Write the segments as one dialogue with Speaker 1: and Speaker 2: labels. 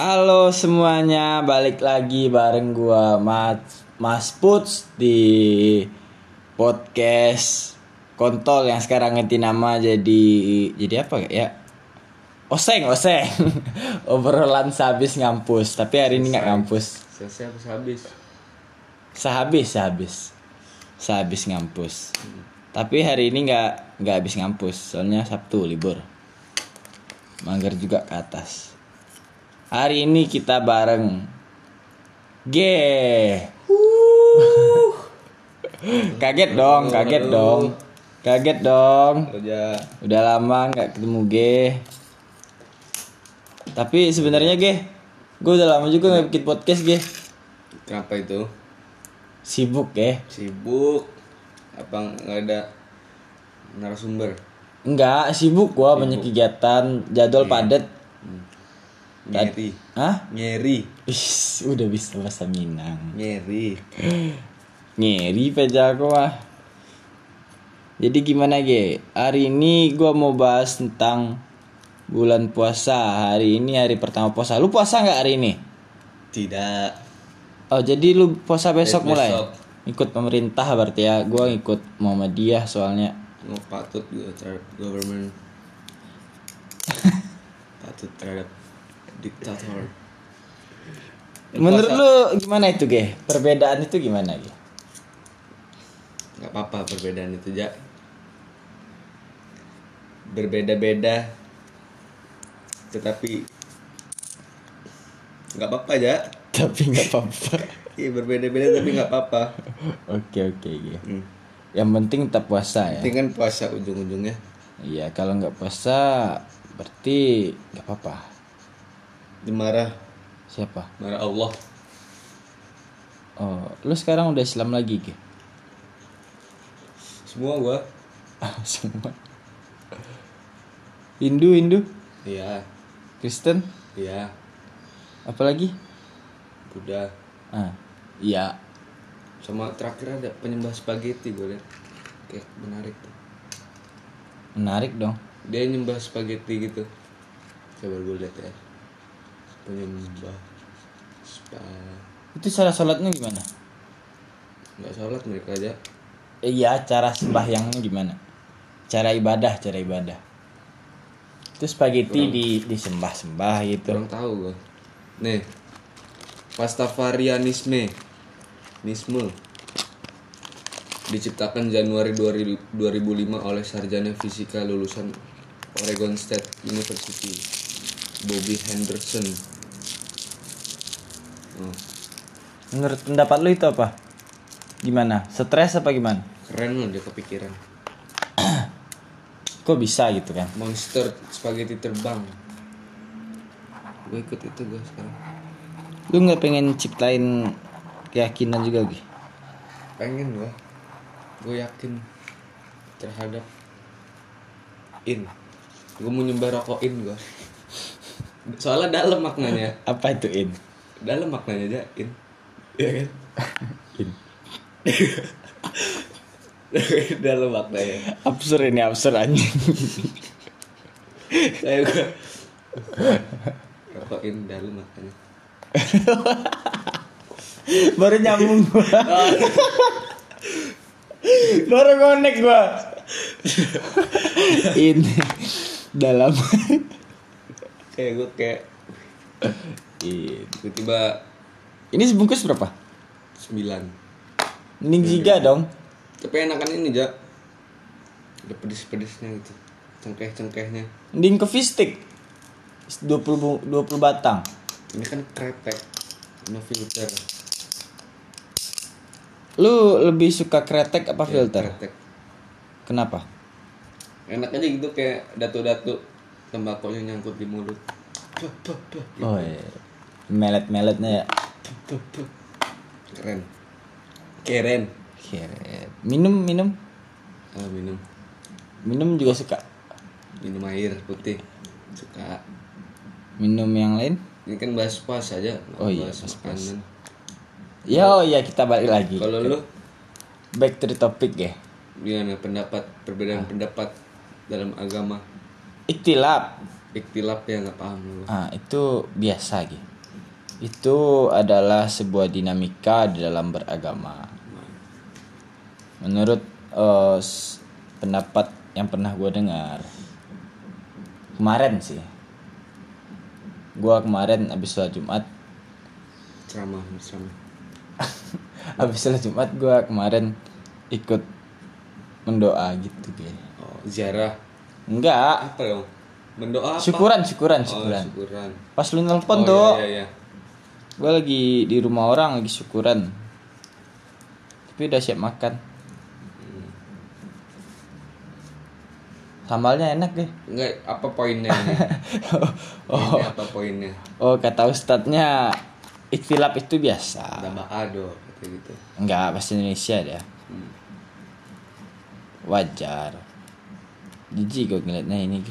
Speaker 1: Halo semuanya, balik lagi bareng gua Mas Puts di podcast kontol yang sekarang ganti nama jadi apa ya? Oseng. Obrolan sehabis ngampus, tapi hari ini nggak ngampus.
Speaker 2: Selesai habis.
Speaker 1: Sehabis ngampus. Tapi hari ini nggak habis ngampus, soalnya Sabtu libur. Manggar juga ke atas. Hari ini kita bareng G. Kaget dong. Udah lama nggak ketemu G. Tapi sebenarnya G, gue udah lama juga nggak bikin podcast G.
Speaker 2: Kenapa itu?
Speaker 1: Sibuk G.
Speaker 2: Sibuk. Apa nggak ada narasumber?
Speaker 1: Enggak, sibuk gua banyak kegiatan, jadwal padat.
Speaker 2: Nyeri.
Speaker 1: Hah?
Speaker 2: Nyeri.
Speaker 1: Udah bisa bahasa Minang.
Speaker 2: Nyeri
Speaker 1: Peja gua. Jadi gimana Ge? Hari ini gua mau bahas tentang bulan puasa. Hari ini hari pertama puasa. Lu puasa nggak hari ini?
Speaker 2: Tidak.
Speaker 1: Oh, jadi lu puasa besok mulai?
Speaker 2: Besok.
Speaker 1: Ikut pemerintah berarti ya. Gua ikut Muhammadiyah soalnya.
Speaker 2: Patut gue terhadap government. Patut terhadap diktator.
Speaker 1: Menurut lu gimana itu Ge? Perbedaan itu gimana Ge?
Speaker 2: Gak apa-apa perbedaan itu aja. Berbeda-beda, tetapi gak apa-apa aja.
Speaker 1: Tapi nggak apa-apa.
Speaker 2: Iya, berbeda-beda tapi gak apa-apa.
Speaker 1: Oke Ge. Yang penting tetap puasa ya.
Speaker 2: Penting kan puasa ujung-ujungnya.
Speaker 1: Iya, kalau nggak puasa berarti nggak apa-apa.
Speaker 2: Dimarah.
Speaker 1: Siapa?
Speaker 2: Marah Allah.
Speaker 1: Oh, lu sekarang udah Islam lagi Ge?
Speaker 2: Semua gua.
Speaker 1: Semua. Hindu,
Speaker 2: Iya.
Speaker 1: Kristen,
Speaker 2: Iya.
Speaker 1: apalagi?
Speaker 2: Buddha.
Speaker 1: Iya.
Speaker 2: Sama terakhir ada penyembah spaghetti gue liat. Kayak menarik tuh.
Speaker 1: Menarik dong.
Speaker 2: Dia nyembah spaghetti gitu. Coba gue liat ya. Penyembah
Speaker 1: Itu cara sholatnya gimana?
Speaker 2: nggak sholat mereka aja.
Speaker 1: Iya, cara sembahyangnya gimana? Cara ibadah. Itu spaghetti disembah-sembah gitu.
Speaker 2: Kurang tahu gue. Nih, Pastafarianisme diciptakan Januari 2005 oleh sarjana fisika lulusan Oregon State University, Bobby Henderson.
Speaker 1: Menurut pendapat lu itu apa? Gimana? Stres apa gimana?
Speaker 2: Keren loh dia kepikiran.
Speaker 1: Kok bisa gitu kan?
Speaker 2: Monster spaghetti terbang. Gue ikut itu gue sekarang.
Speaker 1: Lu nggak pengen ciptain keyakinan juga Gi?
Speaker 2: Pengen gue. Gue yakin terhadap gue mau nyebar rokokin gue. Soalnya dalam maknanya.
Speaker 1: Apa itu in?
Speaker 2: Dalam maknanya aja iya kan? Dalam maknanya.
Speaker 1: Absurd anjing.
Speaker 2: Saya gue rokokin dalam maknanya.
Speaker 1: Baru nyambung gua. Baru connect gua. Ini dalam
Speaker 2: Kayak gue tiba-tiba
Speaker 1: ini sebungkus berapa?
Speaker 2: 9.
Speaker 1: Mending 3 dong.
Speaker 2: Tapi enakan ini aja. Ada pedis-pedisnya gitu. Cengkeh-cengkehnya.
Speaker 1: Mending ke fish stick 20 batang.
Speaker 2: Ini kan kretek. Ini filter.
Speaker 1: Lu lebih suka kretek apa filter?
Speaker 2: Kretek.
Speaker 1: Kenapa?
Speaker 2: Enak aja gitu kayak datu-datu tembakonya nyangkut di mulut. Gitu.
Speaker 1: Oh iya. Melet-meletnya ya.
Speaker 2: Keren.
Speaker 1: Minum. Minum juga suka.
Speaker 2: Minum air putih suka.
Speaker 1: Minum yang lain?
Speaker 2: Ini kan bahas puasa aja.
Speaker 1: Oh iya,
Speaker 2: bahas
Speaker 1: bahas
Speaker 2: makanan.
Speaker 1: Ya, kita balik lagi.
Speaker 2: Kalau lu
Speaker 1: back to the topic ya.
Speaker 2: Gimana perbedaan pendapat dalam agama?
Speaker 1: Ikhtilaf.
Speaker 2: Ikhtilaf ya nggak paham lu.
Speaker 1: Itu biasa gitu. Itu adalah sebuah dinamika di dalam beragama. Menurut pendapat yang pernah gue dengar kemarin sih, gue kemarin abis sholat Jumat,
Speaker 2: ceramah.
Speaker 1: abis sholat Jumat gue kemarin ikut mendoa gitu gue.
Speaker 2: Oh, ziarah.
Speaker 1: Enggak,
Speaker 2: Apa dong? Mendoa apa?
Speaker 1: syukuran.
Speaker 2: Oh, syukuran.
Speaker 1: Pas lu nelpon
Speaker 2: Oh,
Speaker 1: tuh,
Speaker 2: iya.
Speaker 1: gue lagi di rumah orang lagi syukuran, tapi udah siap makan. Sambalnya enak deh.
Speaker 2: Enggak, apa poinnya ini? Ini apa poinnya?
Speaker 1: Oh, kata ustadznya ikhtilaf itu biasa.
Speaker 2: Tambah ado kayak gitu.
Speaker 1: Enggak, bahasa Indonesia dia. Wajar. Jijik gue ngeliatnya ini.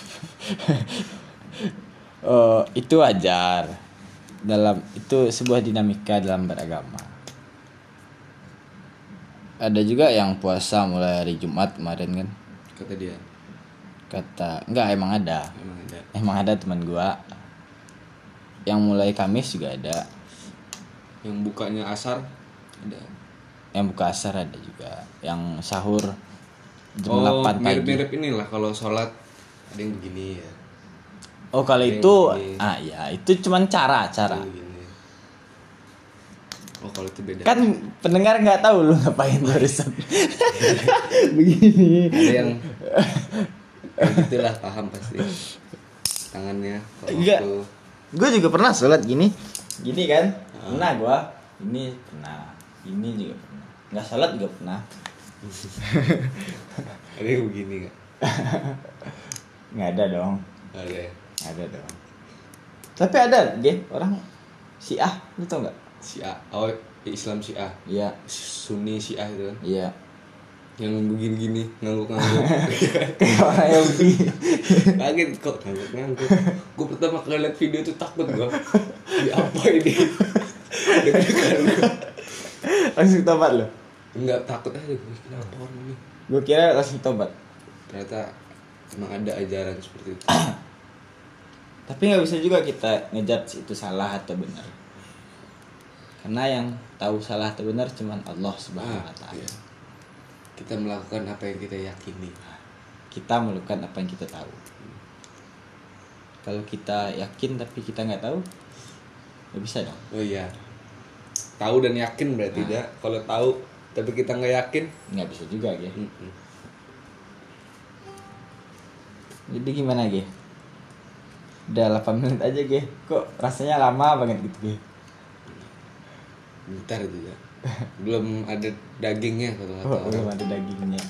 Speaker 1: Itu wajar. Itu sebuah dinamika dalam beragama. Ada juga yang puasa mulai hari Jumat kemarin kan.
Speaker 2: Kata dia.
Speaker 1: Enggak, emang ada teman gua yang mulai Kamis juga ada,
Speaker 2: Yang bukanya asar ada.
Speaker 1: yang buka asar ada juga, yang sahur jam 8 pagi.
Speaker 2: Mirip-mirip inilah kalau sholat ada yang begini ya.
Speaker 1: Oh, kalau
Speaker 2: Ada yang
Speaker 1: itu
Speaker 2: begini.
Speaker 1: ya itu cuman cara.
Speaker 2: Ada yang begini. Oh, kalau itu beda.
Speaker 1: Kan pendengar nggak tahu lu ngapain barusan. Begini.
Speaker 2: Ada yang kayak gitulah, paham pasti. Tangannya kalau
Speaker 1: Enggak.
Speaker 2: waktu
Speaker 1: Gue juga pernah sholat gini kan. Pernah gua. Ini pernah. Ini juga pernah. Nggak sholat juga pernah.
Speaker 2: ada yang begini nggak?
Speaker 1: Nggak ada dong.
Speaker 2: Ada ya.
Speaker 1: Ada dong. Tapi ada deh orang Syiah, lu tau nggak?
Speaker 2: Syiah. Oh, Islam Syiah.
Speaker 1: Iya,
Speaker 2: Sunni Syiah itu kan.
Speaker 1: iya.
Speaker 2: Yang begini-gini, ngangguk-ngangguk.
Speaker 1: Kayak orang Yahudi.
Speaker 2: Kaget kok ngangguk-ngangguk. Gue pertama kali liat video itu takut gue. Ya apa ini? Deg-degan gue.
Speaker 1: Langsung tobat lo.
Speaker 2: Enggak, takut aja gue. Kenapa orang ini?
Speaker 1: Gue kira langsung tobat.
Speaker 2: Ternyata emang ada ajaran seperti itu.
Speaker 1: Tapi nggak bisa juga kita ngejudge itu salah atau benar. Karena yang tahu salah atau benar cuman Allah Subhanahu wa taala.
Speaker 2: Iya. Kita melakukan apa yang kita yakini.
Speaker 1: Kita melakukan apa yang kita tahu. Kalau kita yakin tapi kita nggak tahu, nggak bisa dong.
Speaker 2: Oh iya. Tahu dan yakin berarti ya. Kalau tahu tapi kita nggak yakin,
Speaker 1: Nggak bisa juga ya. Jadi gimana Ge? Udah 8 menit aja Ge. Kok rasanya lama banget gitu Ge?
Speaker 2: bentar itu ya. Belum ada dagingnya kalau kata orang.
Speaker 1: Belum ada dagingnya.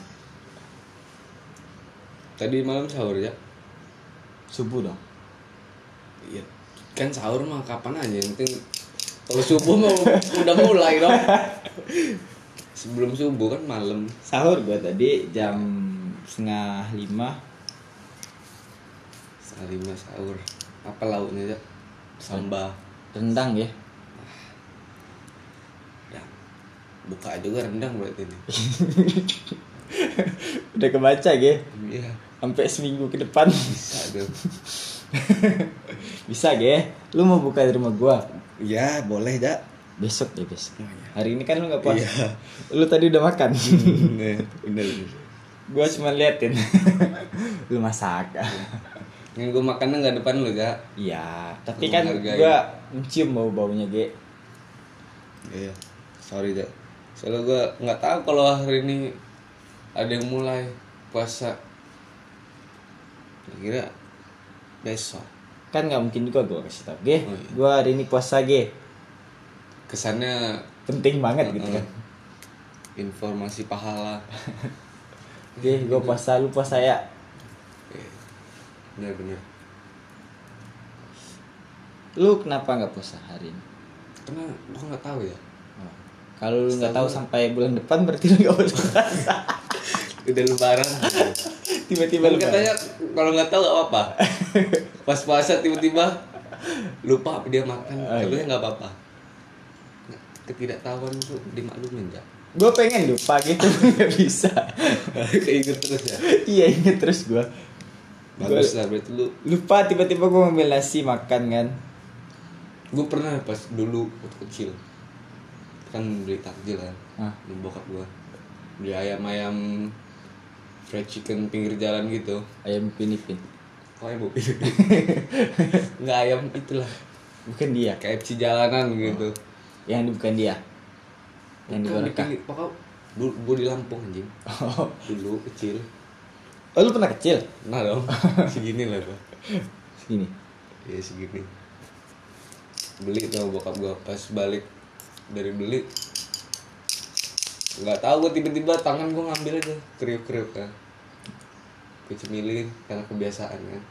Speaker 2: Tadi malam sahur ya.
Speaker 1: Subuh dong.
Speaker 2: Iya. Kan sahur mah kapan aja, yang penting kalau subuh mah udah mulai dong. Sebelum subuh kan malam.
Speaker 1: Sahur gua tadi jam 4:30.
Speaker 2: Salima sahur. Apa lauknya ya? Sambal.
Speaker 1: Rendang ya.
Speaker 2: Ya. Buka juga rendang berarti ini.
Speaker 1: Udah kebaca Ge.
Speaker 2: Iya.
Speaker 1: Sampai seminggu ke depan.
Speaker 2: Bisa dong.
Speaker 1: Bisa Ge. Lu mau buka di rumah gua?
Speaker 2: Ya boleh dah.
Speaker 1: Besok ya besok.
Speaker 2: Oh, iya.
Speaker 1: Hari ini kan lu nggak puasa.
Speaker 2: Iya.
Speaker 1: Lu tadi udah makan.
Speaker 2: Bener.
Speaker 1: Gua cuma liatin. Lu masak.
Speaker 2: Yang gue makannya nggak depan lu ya.
Speaker 1: Iya, tapi
Speaker 2: Lu
Speaker 1: kan
Speaker 2: menghargai.
Speaker 1: gua mencium bau-baunya Ge.
Speaker 2: Iya. Sorry dah. Soalnya gue nggak tahu kalau hari ini ada yang mulai puasa. Kira besok.
Speaker 1: Kan nggak mungkin juga gua kasih tau Ge.
Speaker 2: Oh, iya.
Speaker 1: Gua hari ini puasa Ge.
Speaker 2: Kesannya
Speaker 1: Penting banget gitu kan.
Speaker 2: informasi pahala.
Speaker 1: Ge, gua puasa, lu puasa ya.
Speaker 2: Benar-benar.
Speaker 1: Lu kenapa nggak puasa hari ini?
Speaker 2: Karena gue nggak tahu ya.
Speaker 1: Oh. Kalau lu nggak tahu sampai bulan depan berarti lu nggak puasa.
Speaker 2: Udah lebaran.
Speaker 1: Tiba-tiba
Speaker 2: Kan
Speaker 1: lu
Speaker 2: katanya kalau nggak tahu nggak apa. Pas puasa tiba-tiba lupa apa dia makan.
Speaker 1: Oh,
Speaker 2: Tapi
Speaker 1: iya.
Speaker 2: nggak apa-apa. Nah, ketidaktahuan itu dimaklumin ya.
Speaker 1: Gue pengen lupa gitu nggak bisa.
Speaker 2: Keinget terus ya.
Speaker 1: Iya inget terus gue.
Speaker 2: Bagus lah berarti lu.
Speaker 1: Lupa tiba-tiba gue ngambil nasi makan kan.
Speaker 2: Gue pernah pas dulu waktu kecil kan beli takjil kan,
Speaker 1: Ah.
Speaker 2: di bokap gue beli ayam fried chicken pinggir jalan gitu.
Speaker 1: Ayam pinipin.
Speaker 2: Oh ibu, nggak ayam itulah
Speaker 1: Bukan dia.
Speaker 2: KFC jalanan gitu.
Speaker 1: Yang bukan dia. Yang di
Speaker 2: Bukan
Speaker 1: Barakah.
Speaker 2: pokok dulu gue di Lampung anjing.
Speaker 1: Oh.
Speaker 2: Dulu kecil.
Speaker 1: Oh, lu pernah kecil?
Speaker 2: Nah dong, segini lah gua.
Speaker 1: Segini.
Speaker 2: Iya segini. Beli tau bokap gua pas balik dari beli. Nggak tahu gua tiba-tiba tangan gua ngambil aja kriuk-kriuk kan. Gua cemilin karena kebiasaan kan.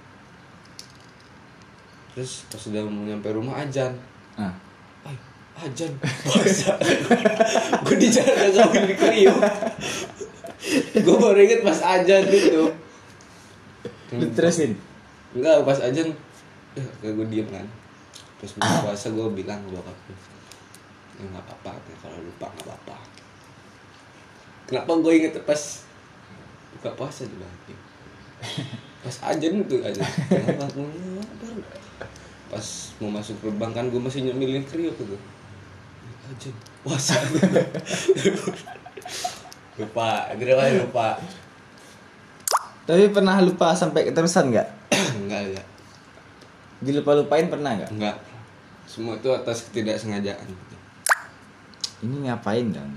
Speaker 2: Terus pas udah mau nyampe rumah ajan.
Speaker 1: Ah.
Speaker 2: Ay, ajan. Puasa. Gua di jalan ngambil kriuk. Gua baru inget pas ajan itu.
Speaker 1: Lu terusin.
Speaker 2: Enggak, pas ajan gue diem kan. Terus buka puasa gue bilang ke bokap gue, ya nggak apa-apa, kalau lupa nggak apa-apa. Kenapa gue inget pas buka puasa juga? Pas ajan itu aja. Kenapa gue baru pas mau masuk gerbang kan gue masih nyemilin kriuk gitu. Ajan puasa. Lupa, lupa.
Speaker 1: Tapi pernah lupa sampai keterusan nggak?
Speaker 2: Enggak.
Speaker 1: Dilupa-lupain pernah nggak?
Speaker 2: Enggak. Semua itu atas ketidaksengajaan.
Speaker 1: Ini ngapain dong?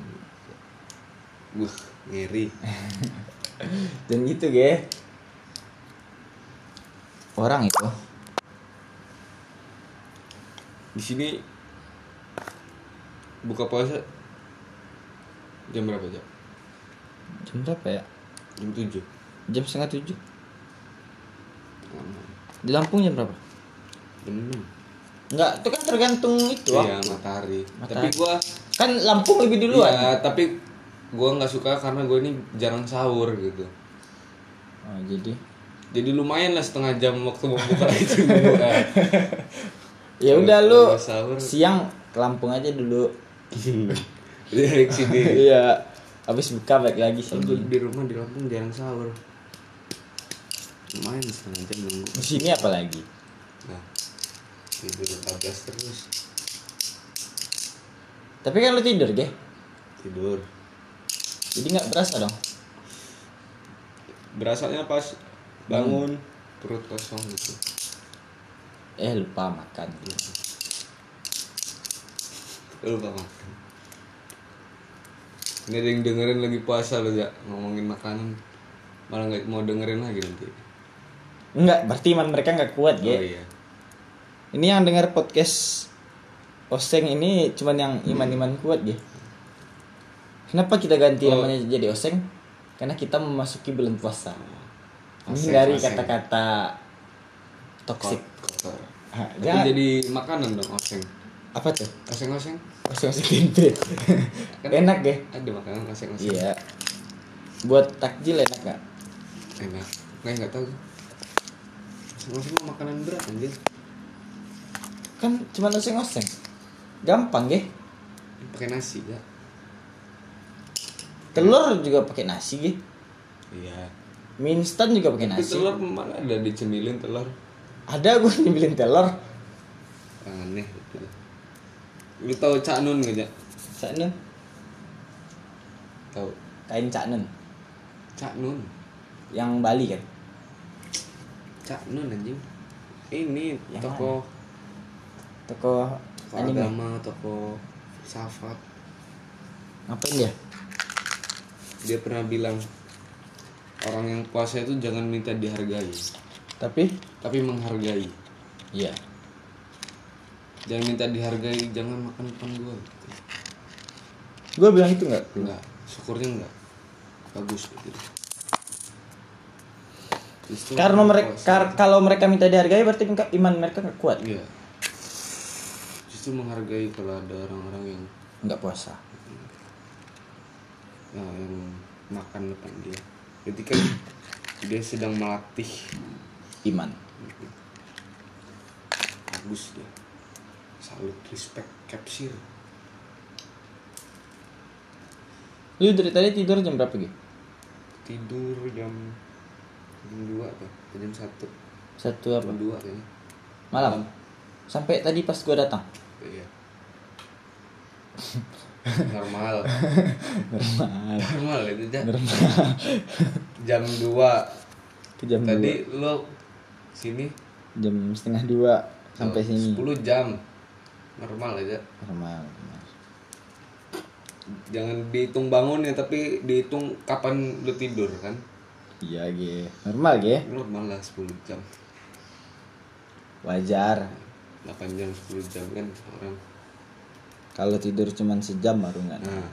Speaker 2: Ngeri.
Speaker 1: Dan gitu ge. Orang itu
Speaker 2: Di sini buka puasa jam berapa, Jam?
Speaker 1: jam berapa ya?
Speaker 2: Jam 7.
Speaker 1: Jam 6:30. Di Lampung jam berapa?
Speaker 2: Jam 6.
Speaker 1: Enggak, itu kan tergantung itu.
Speaker 2: Iya, matahari. Tapi gua
Speaker 1: kan Lampung lebih duluan.
Speaker 2: iya, tapi gua nggak suka karena gua ini jarang sahur gitu.
Speaker 1: Oh, jadi
Speaker 2: lumayan lah setengah jam waktu mau buka itu gua.
Speaker 1: ya udah lu
Speaker 2: sahur.
Speaker 1: siang ke Lampung aja dulu.
Speaker 2: Dari sini.
Speaker 1: Iya. Habis buka balik lagi
Speaker 2: Gua
Speaker 1: sih.
Speaker 2: di rumah di Lampung jarang sahur. Lumayan setengah jam nunggu.
Speaker 1: Di sini apa lagi?
Speaker 2: Nah, tidur 14 terus.
Speaker 1: Tapi kan lu tidur, ge.
Speaker 2: Tidur.
Speaker 1: Jadi nggak berasa dong.
Speaker 2: Berasanya pas bangun perut kosong gitu.
Speaker 1: Lupa makan.
Speaker 2: Lupa makan. Ini ada yang dengerin lagi puasa lo ya ngomongin makanan, malah nggak mau dengerin lagi nanti.
Speaker 1: Enggak, berarti iman mereka nggak kuat, ge.
Speaker 2: Oh iya.
Speaker 1: Ini yang dengar podcast Oseng ini cuman yang iman-iman kuat, ge. Kenapa kita ganti namanya jadi Oseng? Karena kita memasuki bulan puasa. Menghindari kata-kata toksik.
Speaker 2: Kotor. Tapi
Speaker 1: Ya,
Speaker 2: jadi makanan dong oseng.
Speaker 1: apa tuh?
Speaker 2: Oseng-oseng.
Speaker 1: Oseng-oseng tempe. Enak, ge.
Speaker 2: Ada makanan oseng-oseng.
Speaker 1: Iya. Buat takjil enak gak?
Speaker 2: Enak. Nggak tahu. Oseng-oseng mah makanan berat anjir.
Speaker 1: Kan cuma oseng-oseng. Gampang, ge.
Speaker 2: Pakai nasi ya.
Speaker 1: Telur juga pakai nasi, ge.
Speaker 2: Iya.
Speaker 1: Mie instan juga pakai
Speaker 2: Tapi
Speaker 1: nasi.
Speaker 2: telur mana ada dicemilin telur.
Speaker 1: Ada gue nyemilin telur.
Speaker 2: Aneh gitu. Lu tahu Cak Nun nggak, Jak?
Speaker 1: Cak Nun.
Speaker 2: Tahu.
Speaker 1: Kain Cak Nun.
Speaker 2: Cak Nun.
Speaker 1: Yang Bali kan.
Speaker 2: Cak Nun anjing. Ini
Speaker 1: Yang
Speaker 2: toko
Speaker 1: Toko anime.
Speaker 2: agama, toko filsafat.
Speaker 1: Ngapain dia?
Speaker 2: Dia pernah bilang orang yang puasa itu jangan minta dihargai, tapi menghargai.
Speaker 1: Iya.
Speaker 2: Jangan minta dihargai, jangan makan depan gua.
Speaker 1: Gue bilang itu nggak?
Speaker 2: Enggak, syukurnya enggak. Bagus gitu. Justru
Speaker 1: Karena mereka
Speaker 2: puasa.
Speaker 1: kalau mereka minta dihargai berarti iman mereka nggak kuat.
Speaker 2: Iya. Justru menghargai kalau ada orang-orang yang
Speaker 1: Nggak puasa.
Speaker 2: yang makan depan dia. Jadi kan dia sedang melatih
Speaker 1: Iman.
Speaker 2: bagus dia. Salut, respect, capsir.
Speaker 1: Lu dari tadi tidur jam berapa gitu?
Speaker 2: Tidur jam 2 tuh, jam 1.
Speaker 1: Satu apa?
Speaker 2: Jam 2 kayaknya.
Speaker 1: Malam. Sampai tadi pas gua datang.
Speaker 2: Iya. Normal.
Speaker 1: Normal.
Speaker 2: Normal itu aja.
Speaker 1: Normal.
Speaker 2: Jam 2.
Speaker 1: Ke jam
Speaker 2: Tadi lo sini
Speaker 1: 2. Jam setengah 2 sampai sini.
Speaker 2: 10 jam. Normal aja.
Speaker 1: Normal.
Speaker 2: Jangan dihitung bangun ya, tapi dihitung kapan lo tidur kan.
Speaker 1: Iya, Ge. Normal, Ge.
Speaker 2: Normal lah 10 jam.
Speaker 1: Wajar.
Speaker 2: 8 jam 10 jam kan orang.
Speaker 1: Kalau tidur cuman sejam baru enggak.
Speaker 2: Nah,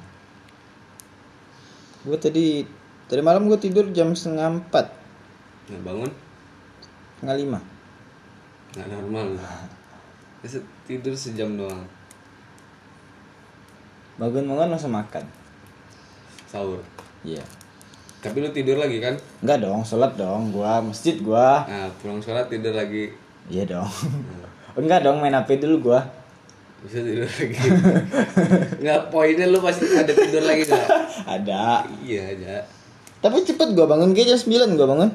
Speaker 1: Gue tadi malam gue tidur jam 3:30,
Speaker 2: nah bangun
Speaker 1: 4:30.
Speaker 2: nggak normal. Biasa tidur sejam doang.
Speaker 1: Bangun langsung makan.
Speaker 2: Sahur.
Speaker 1: Iya.
Speaker 2: Tapi lu tidur lagi kan?
Speaker 1: Enggak dong, sholat dong. Gua masjid gua.
Speaker 2: Nah, pulang sholat tidur lagi.
Speaker 1: Iya dong. Enggak dong, main HP dulu gua.
Speaker 2: Bisa tidur lagi. Nggak, poinnya lu pasti ada tidur lagi nggak?
Speaker 1: Ada.
Speaker 2: Iya aja.
Speaker 1: Tapi cepet gua bangun, kayak jam 9 gua bangun.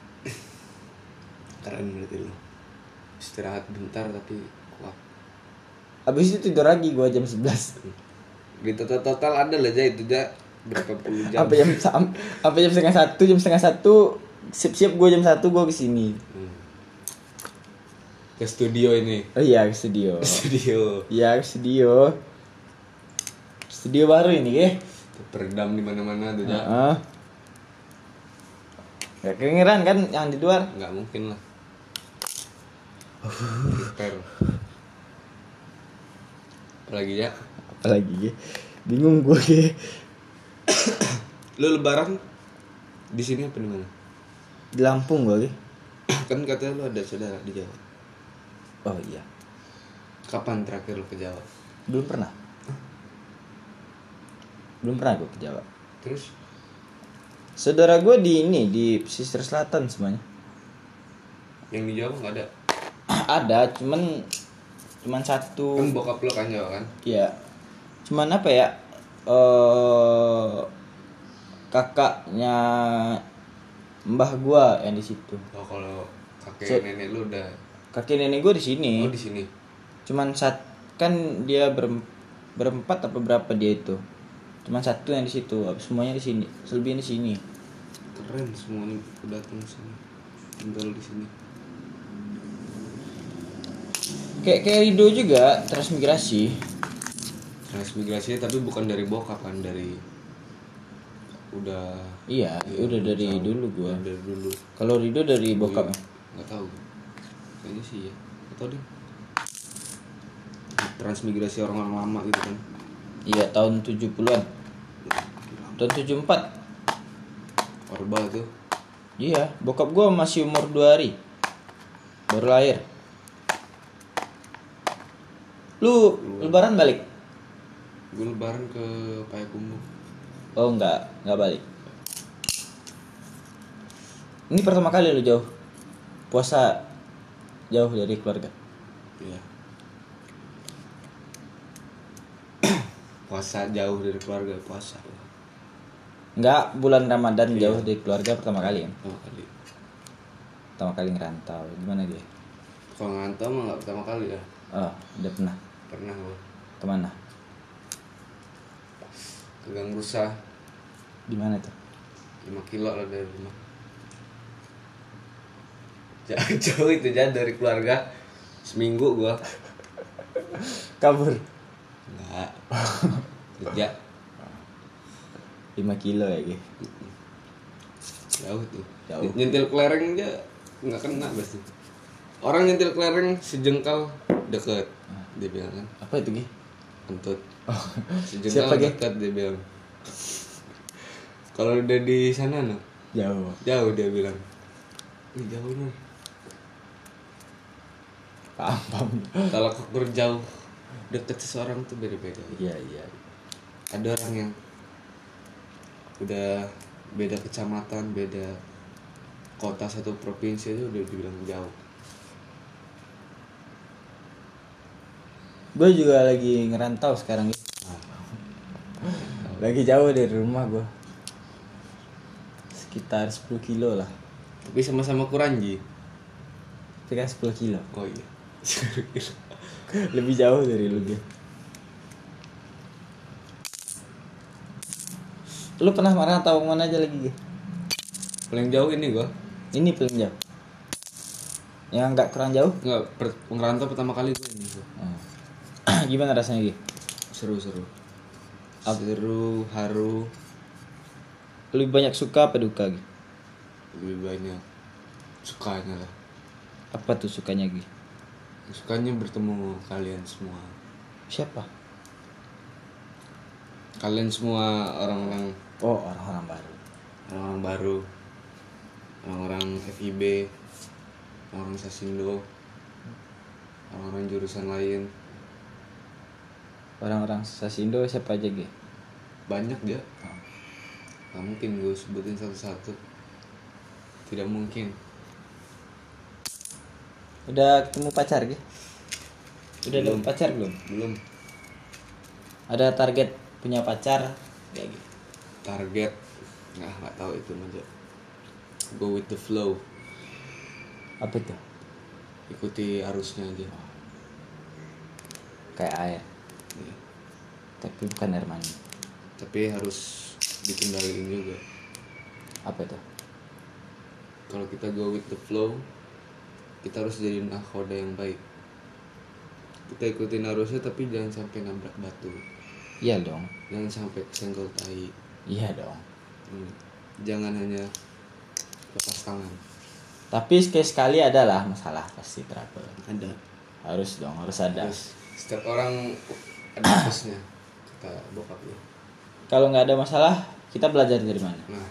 Speaker 2: Keren berarti lu. Istirahat bentar tapi kuat.
Speaker 1: Habis itu tidur lagi gua jam 11.
Speaker 2: Di total ada lah aja itu aja berapa puluh jam.
Speaker 1: Sampai jam setengah satu siap-siap gua jam 1 gua kesini.
Speaker 2: Ke studio ini.
Speaker 1: Oh iya, ke studio.
Speaker 2: Studio.
Speaker 1: Iya, ke studio. Studio baru ini, Ge.
Speaker 2: Peredam di mana-mana tuh ya.
Speaker 1: Heeh. Ya kedengeran kan yang di luar?
Speaker 2: Nggak mungkin lah. Prepare. Apalagi ya?
Speaker 1: Apalagi, Ge. Bingung gua, Ge.
Speaker 2: Lu lebaran di sini apa di mana?
Speaker 1: Di Lampung gua, Ge.
Speaker 2: Kan katanya lu ada saudara di Jawa.
Speaker 1: Oh iya.
Speaker 2: Kapan terakhir lu ke Jawa?
Speaker 1: Belum pernah gue ke Jawa.
Speaker 2: Terus
Speaker 1: Saudara gue di pesisir selatan semuanya.
Speaker 2: yang di Jawa nggak ada?
Speaker 1: Ada, cuman satu.
Speaker 2: Kan bokap lu kan Jawa kan?
Speaker 1: Iya. Cuman apa ya? Kakaknya mbah gua yang di situ.
Speaker 2: Oh, kalau kakek nenek lu udah.
Speaker 1: Kakek nenek gua di sini.
Speaker 2: Oh, di sini.
Speaker 1: Cuman kan dia berempat apa berapa dia itu. Cuman satu yang di situ, semuanya di sini. Selebihnya di sini.
Speaker 2: Keren semuanya udah datang sini. Tinggal di sini.
Speaker 1: Kayak Rido juga transmigrasi.
Speaker 2: Transmigrasinya tapi bukan dari bokap kan, dari udah.
Speaker 1: Iya, udah dari dulu gua.
Speaker 2: Dari dulu.
Speaker 1: Kalau Rido dari bokap.
Speaker 2: Nggak tahu. Kayaknya sih ya. Nggak tahu deh. Transmigrasi orang-orang lama gitu kan.
Speaker 1: Iya, tahun 70-an. Tahun 74.
Speaker 2: Orba tuh.
Speaker 1: Iya, bokap gua masih umur 2 hari. Baru lahir. Lu lebaran balik?
Speaker 2: Gue lebaran ke Payakumbuh.
Speaker 1: Oh, enggak balik. Ini pertama kali lu jauh puasa jauh dari keluarga.
Speaker 2: Iya. Puasa jauh dari keluarga, puasa.
Speaker 1: Enggak, bulan Ramadan
Speaker 2: Iya.
Speaker 1: jauh dari keluarga pertama kali kan?
Speaker 2: Pertama kali.
Speaker 1: Ngerantau. Gimana dia?
Speaker 2: Kalau ngantau mah nggak pertama kali ya.
Speaker 1: Oh, udah pernah.
Speaker 2: Pernah gue
Speaker 1: Kemana?
Speaker 2: ke Gang Rusa,
Speaker 1: Di mana tuh?
Speaker 2: 5 kilo lah dari rumah. Jauh itu aja dari keluarga. Seminggu gue.
Speaker 1: Kabur.
Speaker 2: Enggak. Kerja.
Speaker 1: 5 kilo ya, Ge.
Speaker 2: Jauh tuh.
Speaker 1: Jauh.
Speaker 2: Nyentil kelereng aja nggak kena pasti. Orang nyentil kelereng sejengkal deket. Dia bilang kan.
Speaker 1: Apa itu, Ge?
Speaker 2: Kentut.
Speaker 1: Siapa,
Speaker 2: Sejengkal
Speaker 1: Ge?
Speaker 2: dekat dia bilang. Kalau udah di sana no,
Speaker 1: Jauh.
Speaker 2: jauh dia bilang. Ih, jauh no.
Speaker 1: Paham.
Speaker 2: Kalau kekur jauh deket seseorang tuh beda-beda.
Speaker 1: Iya.
Speaker 2: Ada orang yang udah beda kecamatan, beda kota, satu provinsi aja udah dibilang jauh.
Speaker 1: Gue juga lagi ngerantau sekarang. Lagi jauh dari rumah gue. Sekitar 10 kilo lah.
Speaker 2: Tapi sama-sama Kuranji.
Speaker 1: Sekitar 10 kilo.
Speaker 2: Oh iya.
Speaker 1: Lebih jauh dari lu dia. Lu pernah marah atau mana aja lagi?
Speaker 2: Paling jauh ini gua.
Speaker 1: Ini paling jauh. Yang enggak kurang jauh?
Speaker 2: Enggak, ngerantau pertama kali gua ini gua.
Speaker 1: Gimana rasanya, Gi?
Speaker 2: Seru. Seru, haru,
Speaker 1: Lebih banyak suka apa duka, Gi?
Speaker 2: lebih banyak sukanya lah.
Speaker 1: Apa tuh sukanya, Gi?
Speaker 2: Sukanya bertemu kalian semua.
Speaker 1: Siapa?
Speaker 2: Kalian semua orang-orang
Speaker 1: Oh, orang-orang baru.
Speaker 2: orang-orang baru, orang-orang FIB, orang-orang Sasindo, orang-orang jurusan lain.
Speaker 1: Orang-orang Sasindo siapa aja, Gi?
Speaker 2: Banyak dia. Gak mungkin gue sebutin satu-satu. Tidak mungkin.
Speaker 1: Udah ketemu pacar, Gi? Udah
Speaker 2: Belum.
Speaker 1: dapet pacar belum?
Speaker 2: Belum.
Speaker 1: Ada target punya pacar kayak gitu.
Speaker 2: Target nggak tahu itu aja. Go with the flow.
Speaker 1: Apa itu?
Speaker 2: Ikuti arusnya aja.
Speaker 1: Kayak air,
Speaker 2: Ya.
Speaker 1: tapi bukan air mani.
Speaker 2: Tapi harus dikendaliin juga.
Speaker 1: Apa itu?
Speaker 2: Kalau kita go with the flow, kita harus jadi nahoda yang baik. Kita ikutin arusnya tapi jangan sampai nabrak batu.
Speaker 1: Iya dong.
Speaker 2: Jangan sampai kesenggol tai.
Speaker 1: Iya dong.
Speaker 2: Jangan hanya lepas tangan.
Speaker 1: Tapi sekali-sekali adalah masalah pasti trouble.
Speaker 2: Ada.
Speaker 1: Harus dong, harus ada.
Speaker 2: Terus setiap orang ada plusnya, kata bokapnya.
Speaker 1: Kalau nggak ada masalah, kita belajar dari mana?
Speaker 2: Nah,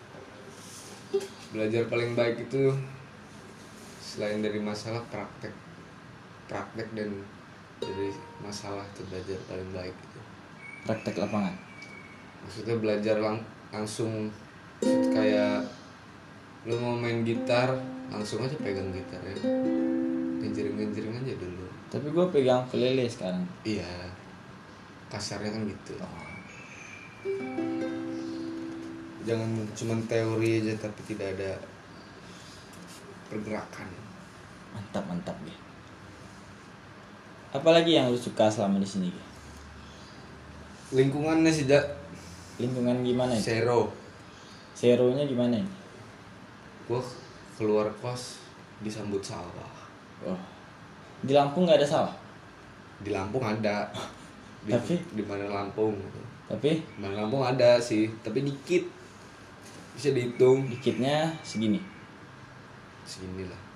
Speaker 2: belajar paling baik itu selain dari masalah praktek dan dari masalah itu belajar paling baik itu.
Speaker 1: Praktek lapangan.
Speaker 2: Maksudnya belajar langsung kayak lu mau main gitar langsung aja pegang gitar ya, genjering aja dulu.
Speaker 1: Tapi gue pegang ukulele sekarang.
Speaker 2: Iya, kasarnya kan gitu. Jangan cuma teori aja tapi tidak ada pergerakan.
Speaker 1: Mantap ya. Apalagi yang lu suka selama di sini?
Speaker 2: Lingkungannya sih, Jak.
Speaker 1: Lingkungan gimana itu? Seronya gimana ini?
Speaker 2: Gua keluar kos disambut sawah.
Speaker 1: Oh. Di Lampung nggak ada sawah?
Speaker 2: Di Lampung ada. Di mana Lampung?
Speaker 1: Tapi
Speaker 2: Di mana Lampung ada sih, tapi dikit. Bisa dihitung.
Speaker 1: dikitnya segini.
Speaker 2: Segini lah.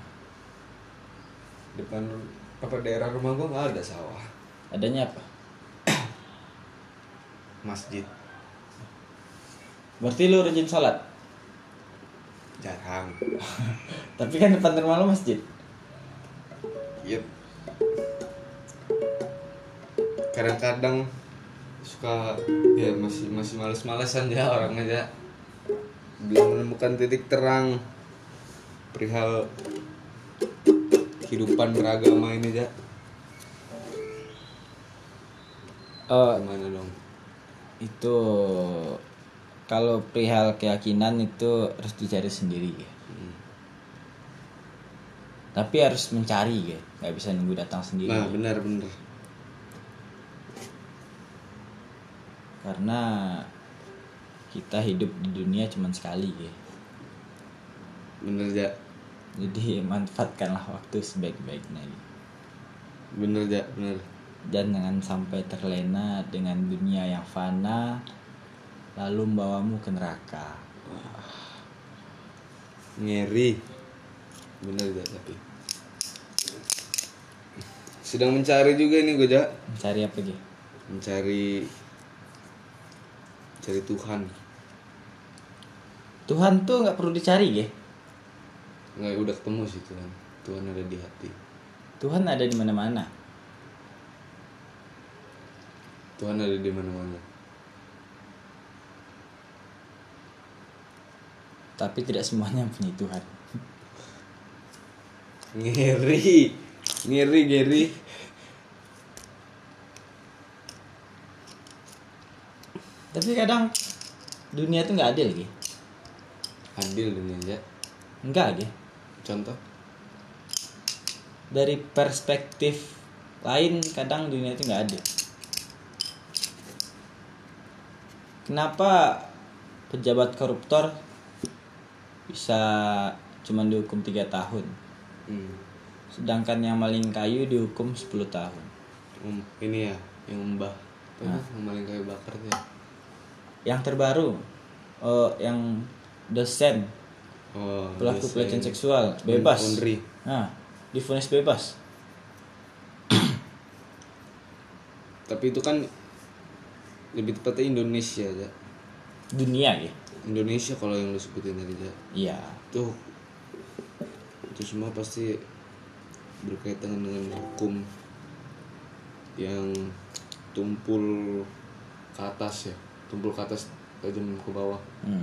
Speaker 2: Depan daerah rumah gua nggak ada sawah.
Speaker 1: Adanya apa?
Speaker 2: Masjid.
Speaker 1: Berarti lu rajin sholat?
Speaker 2: Jarang.
Speaker 1: Tapi kan depan rumah lu masjid.
Speaker 2: Yep. Kadang-kadang suka ya masih males-malesan ya orang aja. Belum menemukan titik terang perihal kehidupan beragama ini, aja. Gimana dong?
Speaker 1: Itu kalau perihal keyakinan itu harus dicari sendiri ya. Tapi harus mencari ya, nggak bisa nunggu datang sendiri.
Speaker 2: Nah, benar.
Speaker 1: Karena kita hidup di dunia cuma sekali ya.
Speaker 2: Bener, Ja.
Speaker 1: Jadi manfaatkanlah waktu sebaik-baiknya.
Speaker 2: Bener.
Speaker 1: Dan jangan sampai terlena dengan dunia yang fana lalu membawamu ke neraka.
Speaker 2: Ngeri. Bener, Ja, tapi sedang mencari juga nih gue, Ja.
Speaker 1: Mencari apa gitu?
Speaker 2: Mencari Tuhan.
Speaker 1: Tuhan tuh nggak perlu dicari ya.
Speaker 2: Nggak, udah ketemu sih Tuhan. Tuhan ada di hati.
Speaker 1: Tuhan ada di mana-mana.
Speaker 2: Tuhan ada di mana-mana.
Speaker 1: Tapi tidak semuanya punya Tuhan.
Speaker 2: Ngeri.
Speaker 1: Tapi kadang dunia tuh nggak adil gitu.
Speaker 2: Adil dunia, Ja.
Speaker 1: Enggak gitu.
Speaker 2: Contoh?
Speaker 1: Dari perspektif lain kadang dunia itu nggak adil. Kenapa pejabat koruptor bisa cuman dihukum 3 tahun, sedangkan yang maling kayu dihukum 10 tahun?
Speaker 2: Ini ya yang mbah yang maling kayu bakar tuh ya.
Speaker 1: Yang terbaru yang dosen pelaku pelecehan seksual bebas.
Speaker 2: Undri.
Speaker 1: Nah, divonis bebas.
Speaker 2: Tapi itu kan lebih tepatnya Indonesia ya.
Speaker 1: Dunia ya.
Speaker 2: Indonesia kalau yang lu sebutin tadi ya.
Speaker 1: Iya.
Speaker 2: Itu semua pasti berkaitan dengan hukum yang tumpul ke atas ya, tumpul ke atas tajam ke bawah.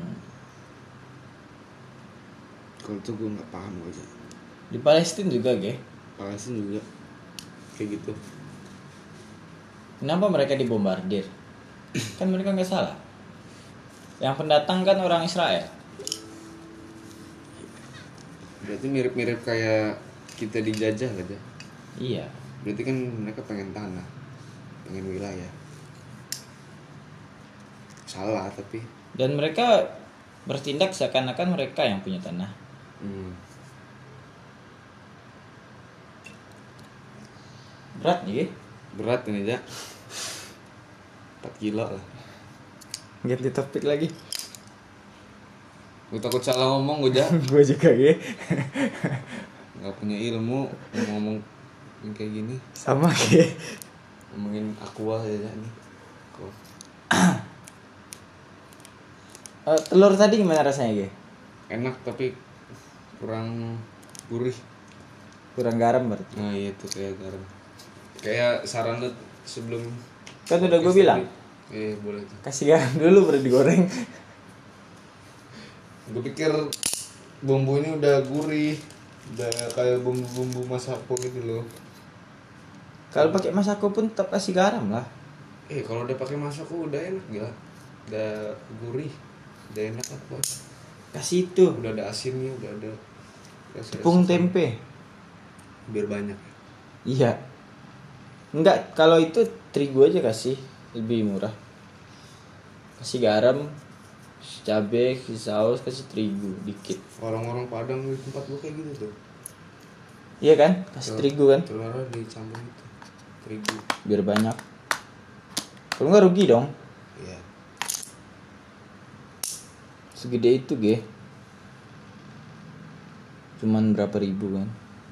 Speaker 2: Kalau itu gue nggak paham aja.
Speaker 1: Di Palestina juga,
Speaker 2: Palestina juga kayak gitu.
Speaker 1: Kenapa mereka dibombardir? Kan mereka nggak salah. Yang pendatang kan orang Israel.
Speaker 2: Berarti mirip-mirip kayak kita dijajah aja.
Speaker 1: Iya.
Speaker 2: Berarti kan mereka pengen tanah, pengen wilayah. Salah tapi.
Speaker 1: Dan mereka bertindak seakan-akan mereka yang punya tanah. Berat nih.
Speaker 2: Berat ini aja. 4 kilo lah.
Speaker 1: Ganti topik lagi.
Speaker 2: Gue takut salah ngomong gue aja.
Speaker 1: Gue juga
Speaker 2: Gak punya ilmu ngomong yang kayak gini.
Speaker 1: Sama
Speaker 2: Ngomongin aqua aja nih.
Speaker 1: Telur tadi gimana rasanya
Speaker 2: Enak tapi kurang gurih.
Speaker 1: Kurang garam berarti.
Speaker 2: Nah iya tuh kayak garam. Kayak saran lu sebelum.
Speaker 1: Kan udah gue bilang.
Speaker 2: Boleh tuh.
Speaker 1: Kasih garam dulu baru digoreng.
Speaker 2: Gue pikir bumbu ini udah gurih, udah kayak bumbu-bumbu masako gitu loh.
Speaker 1: Kalau pakai masako pun tetap kasih garam lah.
Speaker 2: Kalau udah pakai masako udah enak gila. Udah gurih, udah enak apa?
Speaker 1: Kasih itu.
Speaker 2: Udah ada asinnya, udah ada
Speaker 1: tepung tempe.
Speaker 2: Biar banyak.
Speaker 1: Iya. Enggak, kalau itu terigu aja kasih, lebih murah. Kasih garam, kasih cabai, kasih saus, kasih terigu dikit.
Speaker 2: Orang-orang Padang di tempat gue kayak gitu tuh.
Speaker 1: Iya kan? Kasih terigu kan?
Speaker 2: Telurnya dicampur itu terigu.
Speaker 1: Biar banyak. Kalau nggak rugi dong.
Speaker 2: Iya.
Speaker 1: Segede itu cuman berapa ribu kan?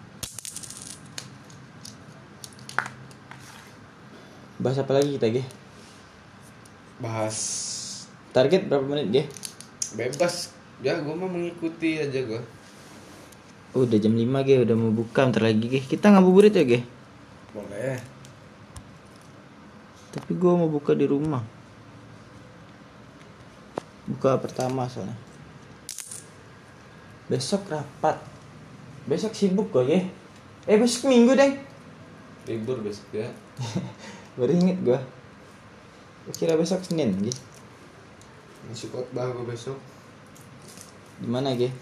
Speaker 1: Bahas apa lagi kita
Speaker 2: Bahas
Speaker 1: target berapa menit
Speaker 2: bebas ya, gue mah mengikuti aja gue.
Speaker 1: Udah jam 5 udah mau buka bentar lagi kita ngabuburit ya
Speaker 2: Boleh.
Speaker 1: Tapi gue mau buka di rumah, buka pertama soalnya. Besok rapat, besok sibuk besok minggu
Speaker 2: Libur besok ya.
Speaker 1: baru inget gue kira besok Senin
Speaker 2: Masih khotbah gue besok.
Speaker 1: di mana
Speaker 2: Di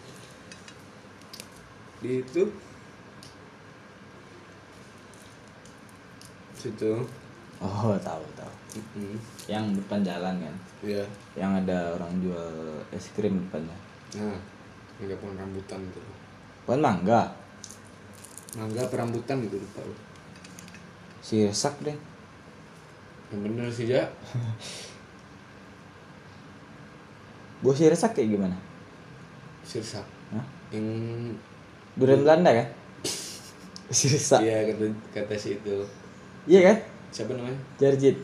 Speaker 2: itu situ.
Speaker 1: Oh tahu yang depan jalan kan,
Speaker 2: Iya.
Speaker 1: yang ada orang jual es krim depannya.
Speaker 2: Nah, ada pohon rambutan gitu.
Speaker 1: Pohon mangga
Speaker 2: Perambutan gitu lupa lu.
Speaker 1: si resak deh.
Speaker 2: Yang bener sih ya.
Speaker 1: Buah si resak kayak gimana?
Speaker 2: Sirsak.
Speaker 1: Hah?
Speaker 2: Yang
Speaker 1: Durian Belanda kan? Si resak.
Speaker 2: iya kata si itu.
Speaker 1: Iya kan?
Speaker 2: Siapa namanya?
Speaker 1: Jarjit.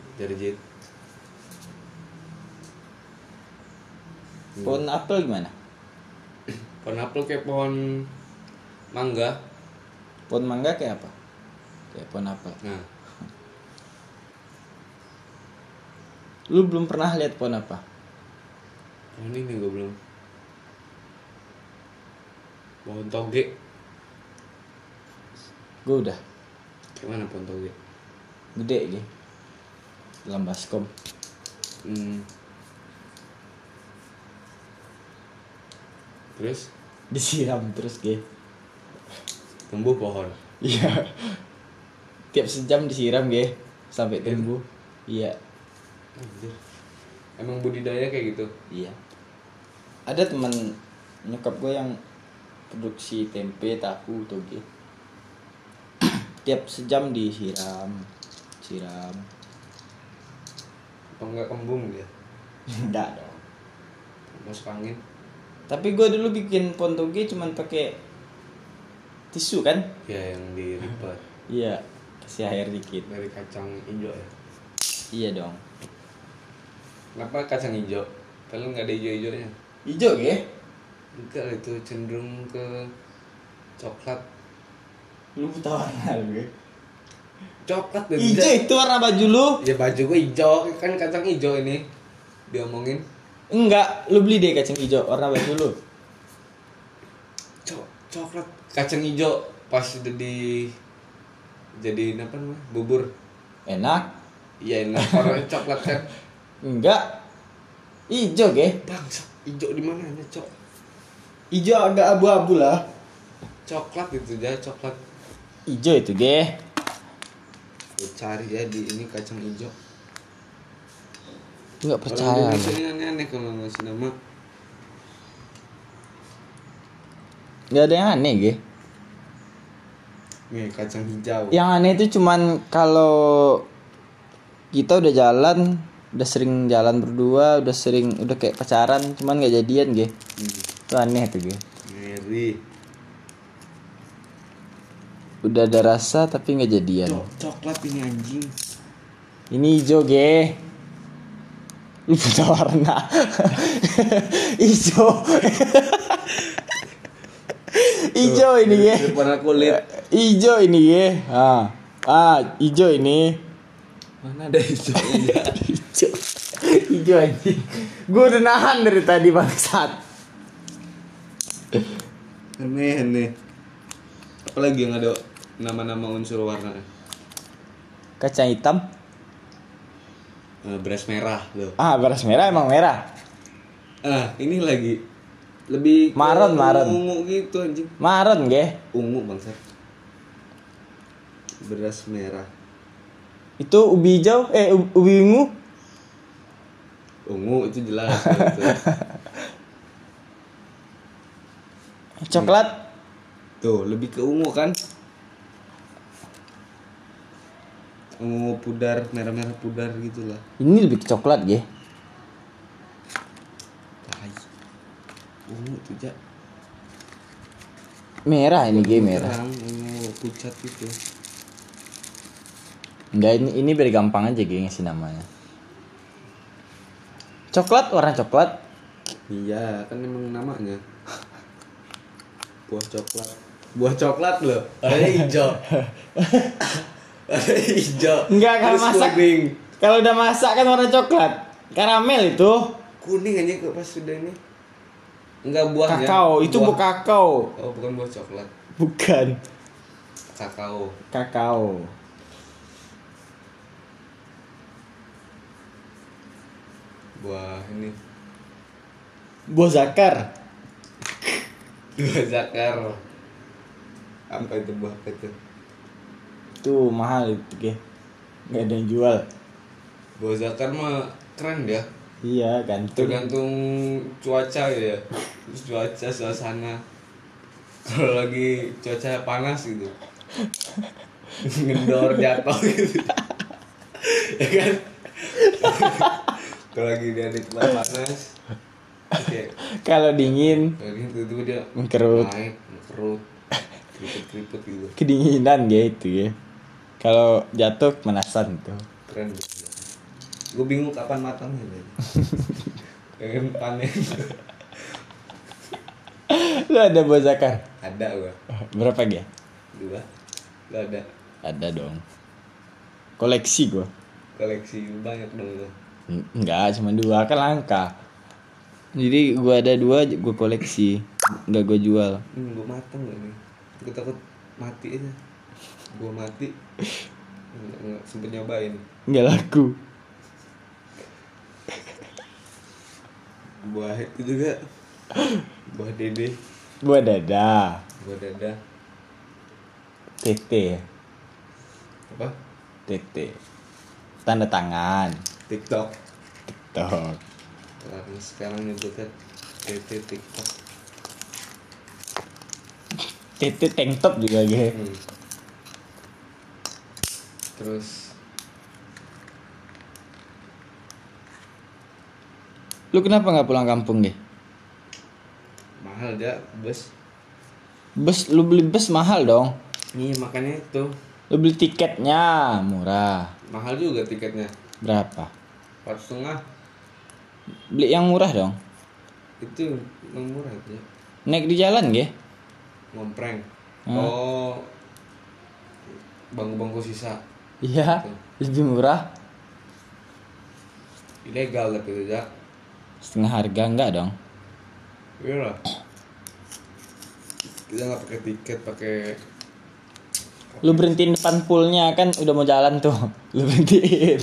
Speaker 1: Pohon apel gimana?
Speaker 2: Pohon apel kayak pohon mangga.
Speaker 1: Pohon mangga kayak apa? Kayak pohon apel.
Speaker 2: Nah,
Speaker 1: Lu belum pernah lihat pohon apa?
Speaker 2: pohon ini gue belum. Pohon toge.
Speaker 1: Gue udah.
Speaker 2: Kayak mana pohon toge?
Speaker 1: Gede dalam baskom.
Speaker 2: Terus
Speaker 1: Disiram terus
Speaker 2: tumbuh pohon.
Speaker 1: Iya. Tiap sejam disiram ge sampai tumbuh. Iya.
Speaker 2: Anjir. Emang budidaya kayak gitu.
Speaker 1: Iya. Ada teman nyokap gue yang produksi tempe, tahu, toge. Tiap sejam disiram. Siram.
Speaker 2: Apa enggak kembung dia?
Speaker 1: Enggak dong.
Speaker 2: Masuk angin.
Speaker 1: Tapi gue dulu bikin pohon toge cuman pakai tisu kan?
Speaker 2: Ya yang di lipat
Speaker 1: Iya, kasih air dikit.
Speaker 2: dari kacang hijau ya.
Speaker 1: Iya dong.
Speaker 2: Kenapa kacang hijau? Kalau nggak ada hijau-hijaunya.
Speaker 1: Hijau ge?
Speaker 2: Enggak, itu cenderung ke coklat.
Speaker 1: Lu buta warna lu ge.
Speaker 2: Coklat dan
Speaker 1: Hijau itu warna baju lu.
Speaker 2: Ya baju gue hijau, kan kacang hijau ini diomongin.
Speaker 1: Enggak, lu beli deh kacang hijau warna baju lu.
Speaker 2: Coklat kacang hijau pas udah jadi apa namanya? Bubur.
Speaker 1: Enak.
Speaker 2: Iya enak, warnanya coklat kan.
Speaker 1: Enggak. Hijau ge.
Speaker 2: Bangsa, hijau di mananya, Cok?
Speaker 1: Hijau agak abu-abu lah.
Speaker 2: Coklat itu aja, coklat.
Speaker 1: Hijau itu ge.
Speaker 2: Gue cari ya di ini kacang hijau.
Speaker 1: Enggak
Speaker 2: Orang
Speaker 1: percaya.
Speaker 2: Indonesia ini aneh-aneh kalau ngasih nama.
Speaker 1: Enggak ada yang aneh ge.
Speaker 2: Nih, kacang hijau.
Speaker 1: Yang aneh itu cuman kalau kita udah jalan, udah sering jalan berdua, udah kayak pacaran, cuman nggak jadian ge. Itu aneh tuh ge.
Speaker 2: Ngeri.
Speaker 1: Udah ada rasa tapi nggak jadian.
Speaker 2: Coklat ini anjing.
Speaker 1: Ini hijau ge. Lu punya warna. Hijau. Hijau ini ge.
Speaker 2: Warna kulit.
Speaker 1: Hijau ini ge. Hijau ini.
Speaker 2: Mana ada hijau?
Speaker 1: Hijau. Hijau anjing. Gue udah nahan dari tadi bangsat.
Speaker 2: Aneh. Apalagi yang ada nama-nama unsur warna.
Speaker 1: Kacang hitam.
Speaker 2: Beras merah tuh.
Speaker 1: Beras merah emang merah.
Speaker 2: Ini lagi lebih
Speaker 1: Maron.
Speaker 2: ungu gitu anjing.
Speaker 1: Maron ge.
Speaker 2: Ungu bangsat. Beras merah.
Speaker 1: Itu ubi hijau, ubi ungu.
Speaker 2: Ungu itu jelas gitu.
Speaker 1: Coklat.
Speaker 2: Tuh, lebih ke ungu kan? Ungu pudar, merah-merah pudar gitulah.
Speaker 1: Ini lebih ke coklat ge.
Speaker 2: Tai. Ungu tuh, Jak.
Speaker 1: Merah ini ge merah.
Speaker 2: Terang, ungu pucat gitu.
Speaker 1: Enggak, ini biar gampang aja ge ngasih namanya. Coklat, warna coklat.
Speaker 2: Iya, kan emang namanya. Buah coklat loh. Ada hijau. Ada hijau.
Speaker 1: Enggak, kalau
Speaker 2: Terus
Speaker 1: masak.
Speaker 2: kuning.
Speaker 1: Kalau udah masak kan warna coklat. Karamel itu.
Speaker 2: Kuning aja kok pas sudah ini. Enggak buahnya.
Speaker 1: Kakao, itu buah kakao.
Speaker 2: Oh, bukan buah coklat.
Speaker 1: Bukan.
Speaker 2: Kakao.
Speaker 1: Kakao.
Speaker 2: Buah ini.
Speaker 1: Buah zakar.
Speaker 2: Buah zakar. Apa itu buah apa itu?
Speaker 1: Itu mahal itu ge. Enggak ada yang jual.
Speaker 2: Buah zakar mah keren dia.
Speaker 1: Iya, gantung.
Speaker 2: Tergantung cuaca ya. Terus cuaca suasana. Kalau lagi cuaca panas gitu. Ngendor jatuh gitu. Ya kan? Kalau lagi dia di tempat panas. Oke.
Speaker 1: Kalau dingin
Speaker 2: Jadi itu dia
Speaker 1: mengkerut.
Speaker 2: naik, mengkerut. Keriput-keriput gitu.
Speaker 1: Kedinginan gitu ya. Kalau jatuh pemanasan tuh.
Speaker 2: Keren gitu. Gue bingung kapan matangnya deh. Pengen panen.
Speaker 1: Lu ada buah zakar?
Speaker 2: Ada gua.
Speaker 1: Berapa ge?
Speaker 2: 2. Lu ada
Speaker 1: Ada dong. Koleksi gua.
Speaker 2: koleksi banyak dong lu.
Speaker 1: Enggak, cuma 2 kan langka. Jadi gua ada 2, gua koleksi. Enggak gua jual.
Speaker 2: Gua matang gak nih? Gue takut mati aja. Gua mati. Nggak sempet nyobain.
Speaker 1: Enggak laku.
Speaker 2: Buah itu juga. Buah dede.
Speaker 1: Buah dada.
Speaker 2: Buah dada.
Speaker 1: Tete ya.
Speaker 2: Apa?
Speaker 1: TT. Tanda tangan.
Speaker 2: TikTok.
Speaker 1: TikTok.
Speaker 2: Karena sekarang nyebutnya TT TikTok.
Speaker 1: TT tank top juga gitu.
Speaker 2: Terus
Speaker 1: Lu kenapa nggak pulang kampung deh?
Speaker 2: mahal aja bus.
Speaker 1: Bus, lu beli bus mahal dong.
Speaker 2: Nih makanya itu
Speaker 1: Lu beli tiketnya murah.
Speaker 2: mahal juga tiketnya.
Speaker 1: Berapa?
Speaker 2: 4,5.
Speaker 1: Beli yang murah dong.
Speaker 2: Itu yang murah aja.
Speaker 1: Naik di jalan ge.
Speaker 2: Ngompreng. Oh, bangku-bangku sisa.
Speaker 1: Iya, lebih murah.
Speaker 2: Ilegal tapi itu jak.
Speaker 1: Setengah harga enggak dong.
Speaker 2: Iya lah. Kita nggak pakai tiket, pakai
Speaker 1: Lu berhentiin depan poolnya kan udah mau jalan tuh. Lu berhentiin.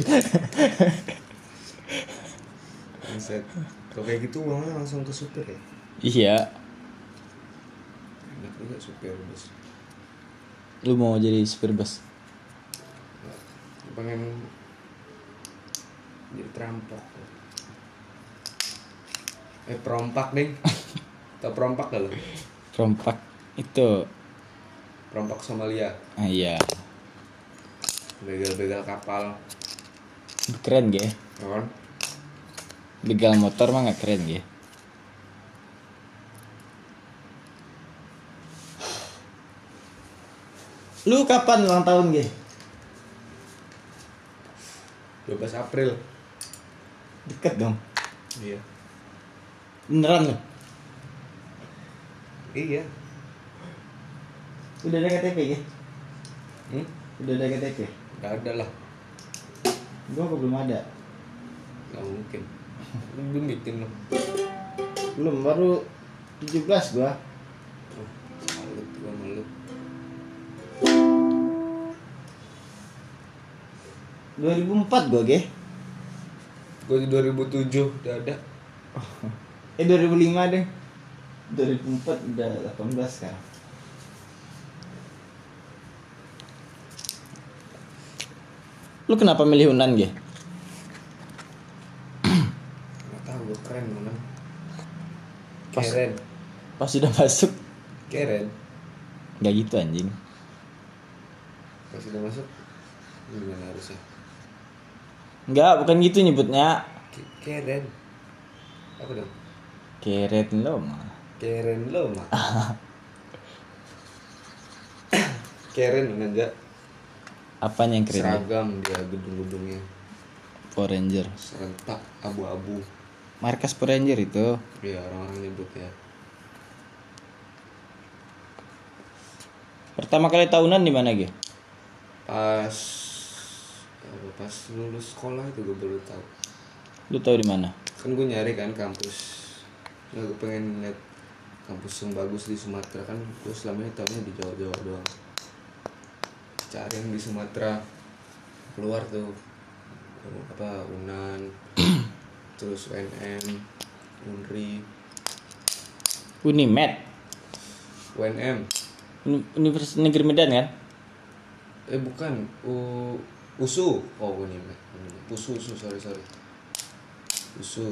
Speaker 2: set. Kalau kayak gitu uangnya langsung ke supir ya.
Speaker 1: Iya.
Speaker 2: Enak juga supir bus.
Speaker 1: Lu mau jadi supir bus?
Speaker 2: Pengen jadi perampok. Perompak deh. Tau perompak gak lo?
Speaker 1: Perompak itu.
Speaker 2: Perompak Somalia.
Speaker 1: Ah iya.
Speaker 2: Begal-begal kapal.
Speaker 1: Keren ge.
Speaker 2: Kan?
Speaker 1: Begal motor mah nggak keren ge. Lu kapan ulang tahun ge?
Speaker 2: 12 April.
Speaker 1: Deket dong.
Speaker 2: Iya.
Speaker 1: Beneran lu?
Speaker 2: Iya.
Speaker 1: Udah ada KTP ge? Udah ada KTP?
Speaker 2: Gak ada lah.
Speaker 1: Gua kok belum ada.
Speaker 2: Gak mungkin. Lu belum bikin lo.
Speaker 1: Belum, baru 17 gua.
Speaker 2: Oh, malut gua malut.
Speaker 1: 2004 gua ge.
Speaker 2: Gua di 2007 udah ada.
Speaker 1: 2005 deh. 2004 udah 18 sekarang. Lu kenapa milih Unan ge?
Speaker 2: Gak tau gua keren mana.
Speaker 1: Pas-
Speaker 2: Keren.
Speaker 1: Pas udah masuk
Speaker 2: Keren.
Speaker 1: nggak gitu anjing.
Speaker 2: Pas udah masuk gimana harusnya?
Speaker 1: Nggak, bukan gitu nyebutnya.
Speaker 2: Keren. Apa dong?
Speaker 1: Keren lo mah.
Speaker 2: Keren lo mah. Keren aja.
Speaker 1: Apanya yang keren?
Speaker 2: Seragam dia gedung-gedungnya
Speaker 1: Power Ranger.
Speaker 2: serentak abu-abu.
Speaker 1: Markas Power Ranger itu.
Speaker 2: Ya orang-orang nyebut ya.
Speaker 1: Pertama kali tahunan di mana ge?
Speaker 2: Pas lulus sekolah itu gue baru tahu.
Speaker 1: Lu tahu di mana?
Speaker 2: Kan gue nyari kan kampus. Ya gue pengen lihat kampus yang bagus di Sumatera kan. Gue selama ini tahunya di Jawa-Jawa doang. Cari yang di Sumatera keluar tuh apa Unan, terus UNM, Unri,
Speaker 1: Unimed.
Speaker 2: UNM.
Speaker 1: Universitas Negeri Medan kan?
Speaker 2: Bukan USU. Oh UNM. USU sorry. USU.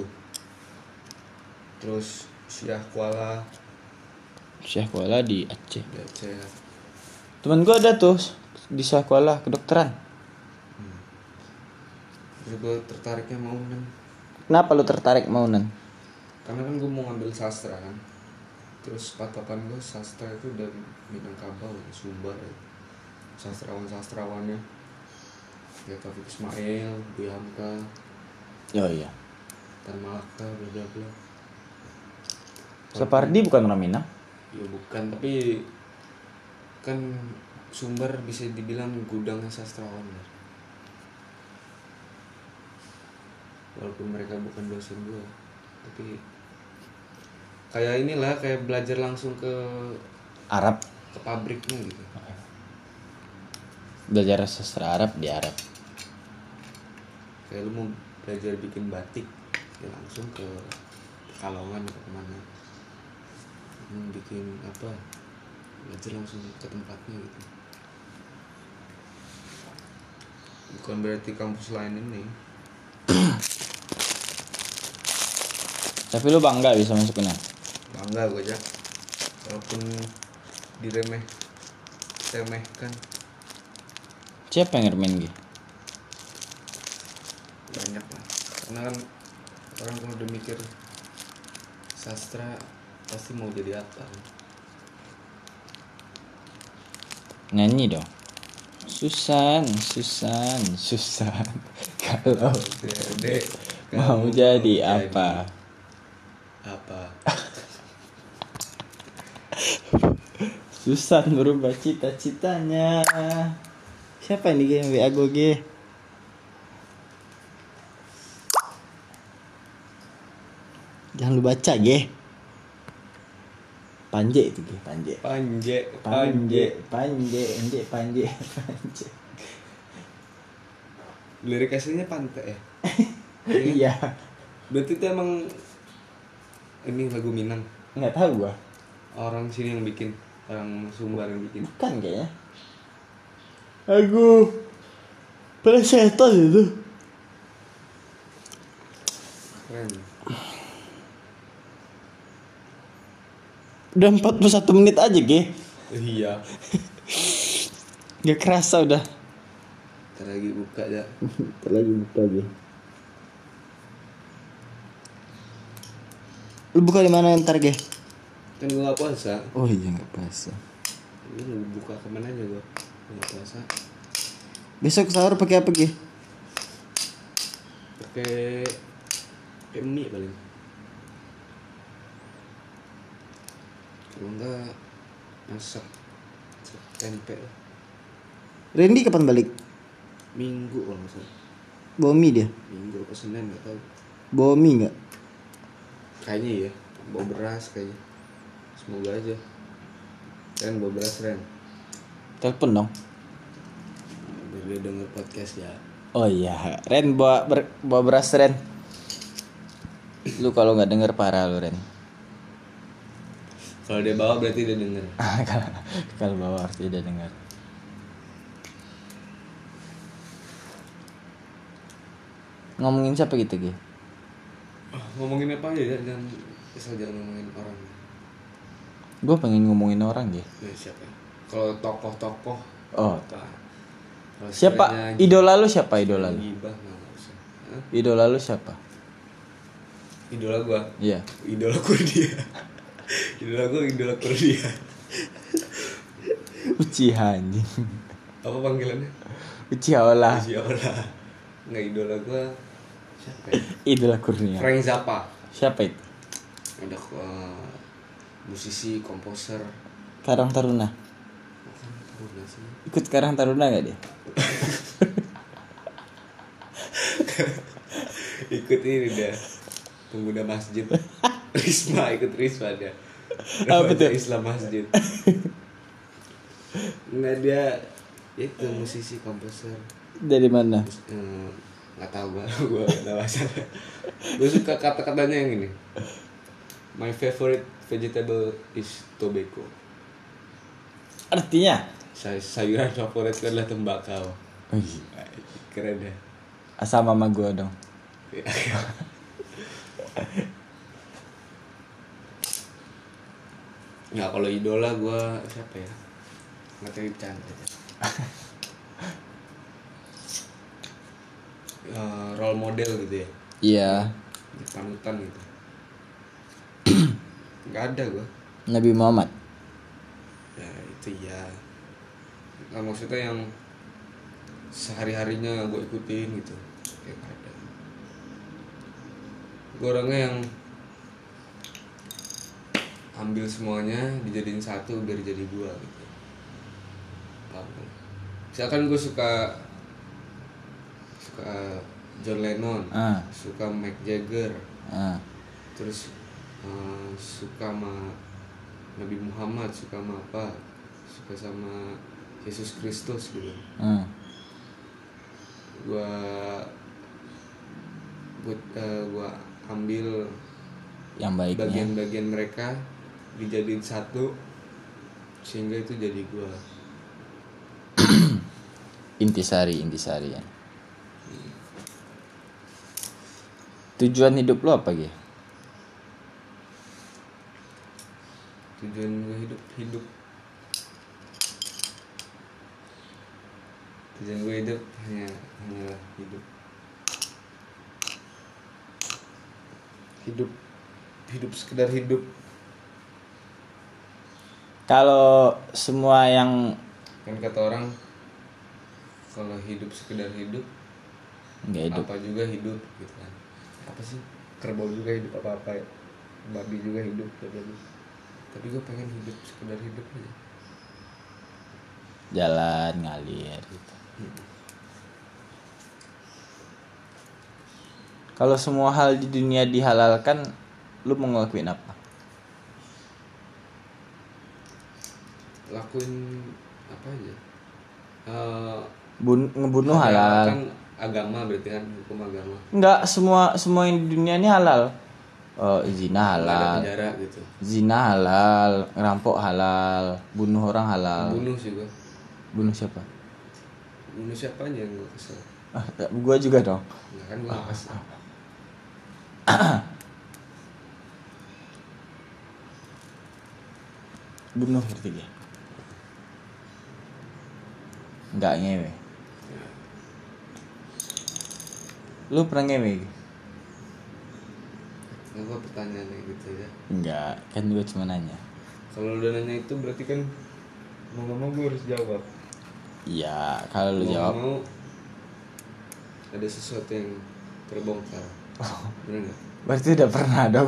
Speaker 2: Terus Syah Kuala
Speaker 1: Syekh Kuala di Aceh.
Speaker 2: di Aceh.
Speaker 1: Temen gua ada tuh di Syekh Kuala kedokteran.
Speaker 2: Terus gue tertariknya mau kan.
Speaker 1: Kenapa lu tertarik mau Nan?
Speaker 2: Karena kan gue mau ngambil sastra kan. Terus patokan gue sastra itu dari Minangkabau, Sumbar ya. Sastrawannya ya Taufik Ismail, Bu Hamka,
Speaker 1: Oh iya.
Speaker 2: Tan Malaka, bla bla bla.
Speaker 1: Sapardi bukan orang Minang.
Speaker 2: Ya bukan, tapi kan Sumbar bisa dibilang gudangnya sastrawan ya. Walaupun mereka bukan dosen gue, tapi kayak inilah, kayak belajar langsung ke
Speaker 1: Arab.
Speaker 2: pabriknya gitu.
Speaker 1: Belajar sastra Arab di Arab.
Speaker 2: Kayak lu mau belajar bikin batik ya langsung ke Pekalongan atau kemana. Bikin apa, belajar langsung ke tempatnya gitu. Bukan berarti kampus lain ini.
Speaker 1: Tapi lu bangga bisa masuk UNAN.
Speaker 2: Bangga gue aja. Walaupun remehkan.
Speaker 1: Siapa yang ngermain gitu?
Speaker 2: Banyak lah. Karena kan orang kalau udah mikir sastra pasti mau jadi apa?
Speaker 1: Nyanyi dong. Susan. Kalau
Speaker 2: Dek,
Speaker 1: mau
Speaker 2: kamu
Speaker 1: jadi apa?
Speaker 2: Apa?
Speaker 1: Susan berubah cita-citanya. Siapa ini yang WA gue Ge? Jangan lu baca Ge. Panje itu Ge, Panje.
Speaker 2: Lirik aslinya Pante ya?
Speaker 1: Iya.
Speaker 2: Berarti itu emang ini lagu Minang.
Speaker 1: Enggak tahu gua.
Speaker 2: Orang sini yang bikin, orang Sumbar yang bikin.
Speaker 1: Bukan kayaknya. Aku plesetan itu.
Speaker 2: Keren.
Speaker 1: Udah 41 menit aja Ge.
Speaker 2: Iya.
Speaker 1: Gak kerasa udah.
Speaker 2: Ntar lagi buka ya.
Speaker 1: Ntar lagi buka Ge. Lu buka di mana ntar Ge?
Speaker 2: Kan gue gak puasa.
Speaker 1: Oh iya gak puasa.
Speaker 2: Lu buka kemana aja gue gak puasa.
Speaker 1: Besok sahur pakai apa Ge?
Speaker 2: Pakai mie paling. Kalau enggak masak tempe lah.
Speaker 1: Randy kapan balik?
Speaker 2: Minggu kalau nggak salah.
Speaker 1: Bawa mie dia?
Speaker 2: Minggu apa Senin nggak tahu.
Speaker 1: Bawa mie gak?
Speaker 2: Kayaknya iya. Bawa beras kayaknya. Semoga aja. Ren bawa beras Ren.
Speaker 1: Telepon dong.
Speaker 2: Biar dia denger podcast ya.
Speaker 1: Oh iya, Ren bawa beras Ren. Lu kalau nggak denger parah lu Ren.
Speaker 2: Kalau dia bawa berarti dia denger.
Speaker 1: Kalau bawa harus dia denger. Ngomongin siapa gitu Ge?
Speaker 2: Ngomongin apa aja ya, jangan asal jangan ngomongin orang.
Speaker 1: Gue pengen ngomongin orang Ge.
Speaker 2: Nah, siapa? Kalau tokoh-tokoh.
Speaker 1: Oh.
Speaker 2: Apa? Kalau
Speaker 1: Siapa?
Speaker 2: sekiranya
Speaker 1: Idola lu siapa idola lu?
Speaker 2: Gibah nggak usah. Hah?
Speaker 1: Idola lu siapa?
Speaker 2: Idola gua.
Speaker 1: Iya.
Speaker 2: Idola Kurdia. Idola Kurdia.
Speaker 1: Uchiha anjing.
Speaker 2: Apa panggilannya?
Speaker 1: Uchiha olah.
Speaker 2: Siapa? Nggak, idola gua siapa ya?
Speaker 1: Idola Kurnia.
Speaker 2: Frank Zappa.
Speaker 1: Siapa itu?
Speaker 2: Ada musisi, komposer.
Speaker 1: Karang Taruna.
Speaker 2: Bukan Taruna sih.
Speaker 1: Ikut Karang Taruna gak dia?
Speaker 2: Ikut ini dia. Pengguna masjid. Ikut Risma dia.
Speaker 1: Apa tuh?
Speaker 2: Islam masjid. Nggak, dia itu musisi, komposer.
Speaker 1: Dari mana?
Speaker 2: Nggak tahu gue nggak masalah. Gue suka kata-katanya yang ini. My favorite vegetable is tobacco.
Speaker 1: Artinya?
Speaker 2: Sayuran favorit adalah tembakau.
Speaker 1: Oh, iya.
Speaker 2: Keren ya.
Speaker 1: Sama sama gue dong.
Speaker 2: Nggak, kalau idola gue siapa ya? Nggak tahu Chandra. Role model gitu ya.
Speaker 1: Iya.
Speaker 2: Panutan gitu. Nggak ada gue.
Speaker 1: Nabi Muhammad.
Speaker 2: Ya itu ya. Nah, maksudnya yang sehari-harinya gue ikutin gitu. Kayak nggak ada. Gue orangnya yang ambil semuanya dijadiin satu biar jadi dua gitu. Paham kan? Misalkan gue suka John Lennon, suka Mick Jagger, terus suka sama Nabi Muhammad, suka sama apa, suka sama Yesus Kristus gitu. Gua ambil
Speaker 1: yang baiknya.
Speaker 2: bagian-bagian mereka dijadiin satu sehingga itu jadi gua.
Speaker 1: Intisari ya. Tujuan hidup lu apa Ge?
Speaker 2: Tujuan gue hidup tujuan gue hidup hanyalah hidup sekedar hidup.
Speaker 1: Kalau semua yang
Speaker 2: Kan kata orang kalau hidup sekedar hidup
Speaker 1: nggak hidup,
Speaker 2: apa juga hidup gitu kan. Apa sih, kerbau juga hidup, apa ya, babi juga hidup, tapi gue pengen hidup sekedar hidup aja.
Speaker 1: jalan ngalir gitu. Kalau semua hal di dunia dihalalkan, lu mau ngelakuin apa?
Speaker 2: Lakuin apa aja.
Speaker 1: Ngebunuh halal.
Speaker 2: Kan agama berarti kan, hukum agama.
Speaker 1: Enggak, semua yang di dunia ini halal. Zina
Speaker 2: Nggak ada
Speaker 1: halal.
Speaker 2: penjara gitu.
Speaker 1: Zina halal, ngerampok halal, bunuh orang halal.
Speaker 2: Bunuh sih gue.
Speaker 1: Bunuh siapa?
Speaker 2: Bunuh siapa aja yang gue kesel.
Speaker 1: Gua juga dong.
Speaker 2: Nah kan gue gak kesel.
Speaker 1: Bunuh berarti ya. Enggak ngewe. Lu pernah ngewe?
Speaker 2: Nah gue pertanyaan kayak gitu ya.
Speaker 1: Enggak, kan gua cuma nanya.
Speaker 2: Kalau udah nanya itu berarti kan mau gak mau gue harus jawab.
Speaker 1: Iya, kalau lu
Speaker 2: Mau
Speaker 1: jawab.
Speaker 2: gak mau ada sesuatu yang terbongkar. Bener gak?
Speaker 1: Berarti udah pernah dong.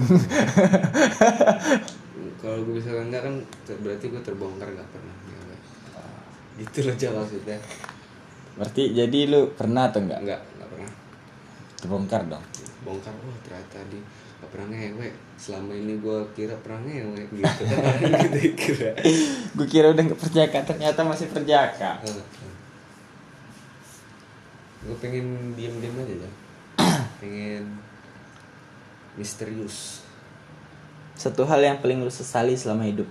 Speaker 2: Kalau gue misalkan enggak kan berarti gue terbongkar gak pernah ya, gak? Gitu loh jawab maksudnya.
Speaker 1: Berarti jadi lu pernah atau enggak?
Speaker 2: Enggak pernah.
Speaker 1: Terbongkar dong.
Speaker 2: Bongkar, wah ternyata di gak pernah ngewe. Selama ini gue kira pernah ngewe gitu kan. Gitu kira.
Speaker 1: Gue kira udah nggak perjaka, ternyata masih perjaka.
Speaker 2: Gue pengen diem-diem aja ya. Pengen misterius.
Speaker 1: Satu hal yang paling lu sesali selama hidup.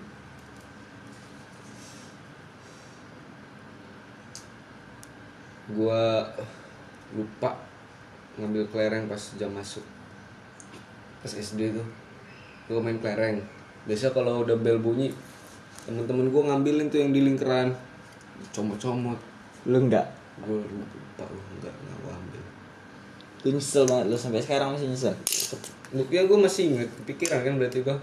Speaker 2: Gue lupa ngambil kelereng pas jam masuk. Pas SD tuh gue main kelereng. Biasa kalau udah bel bunyi temen-temen gue ngambilin tuh yang di lingkaran, comot-comot.
Speaker 1: Lu enggak?
Speaker 2: Gue lupa loh, enggak gue ambil.
Speaker 1: Lu nyesel banget, lu sampai sekarang masih nyesel.
Speaker 2: Ya gue masih inget, kepikiran kan berarti gue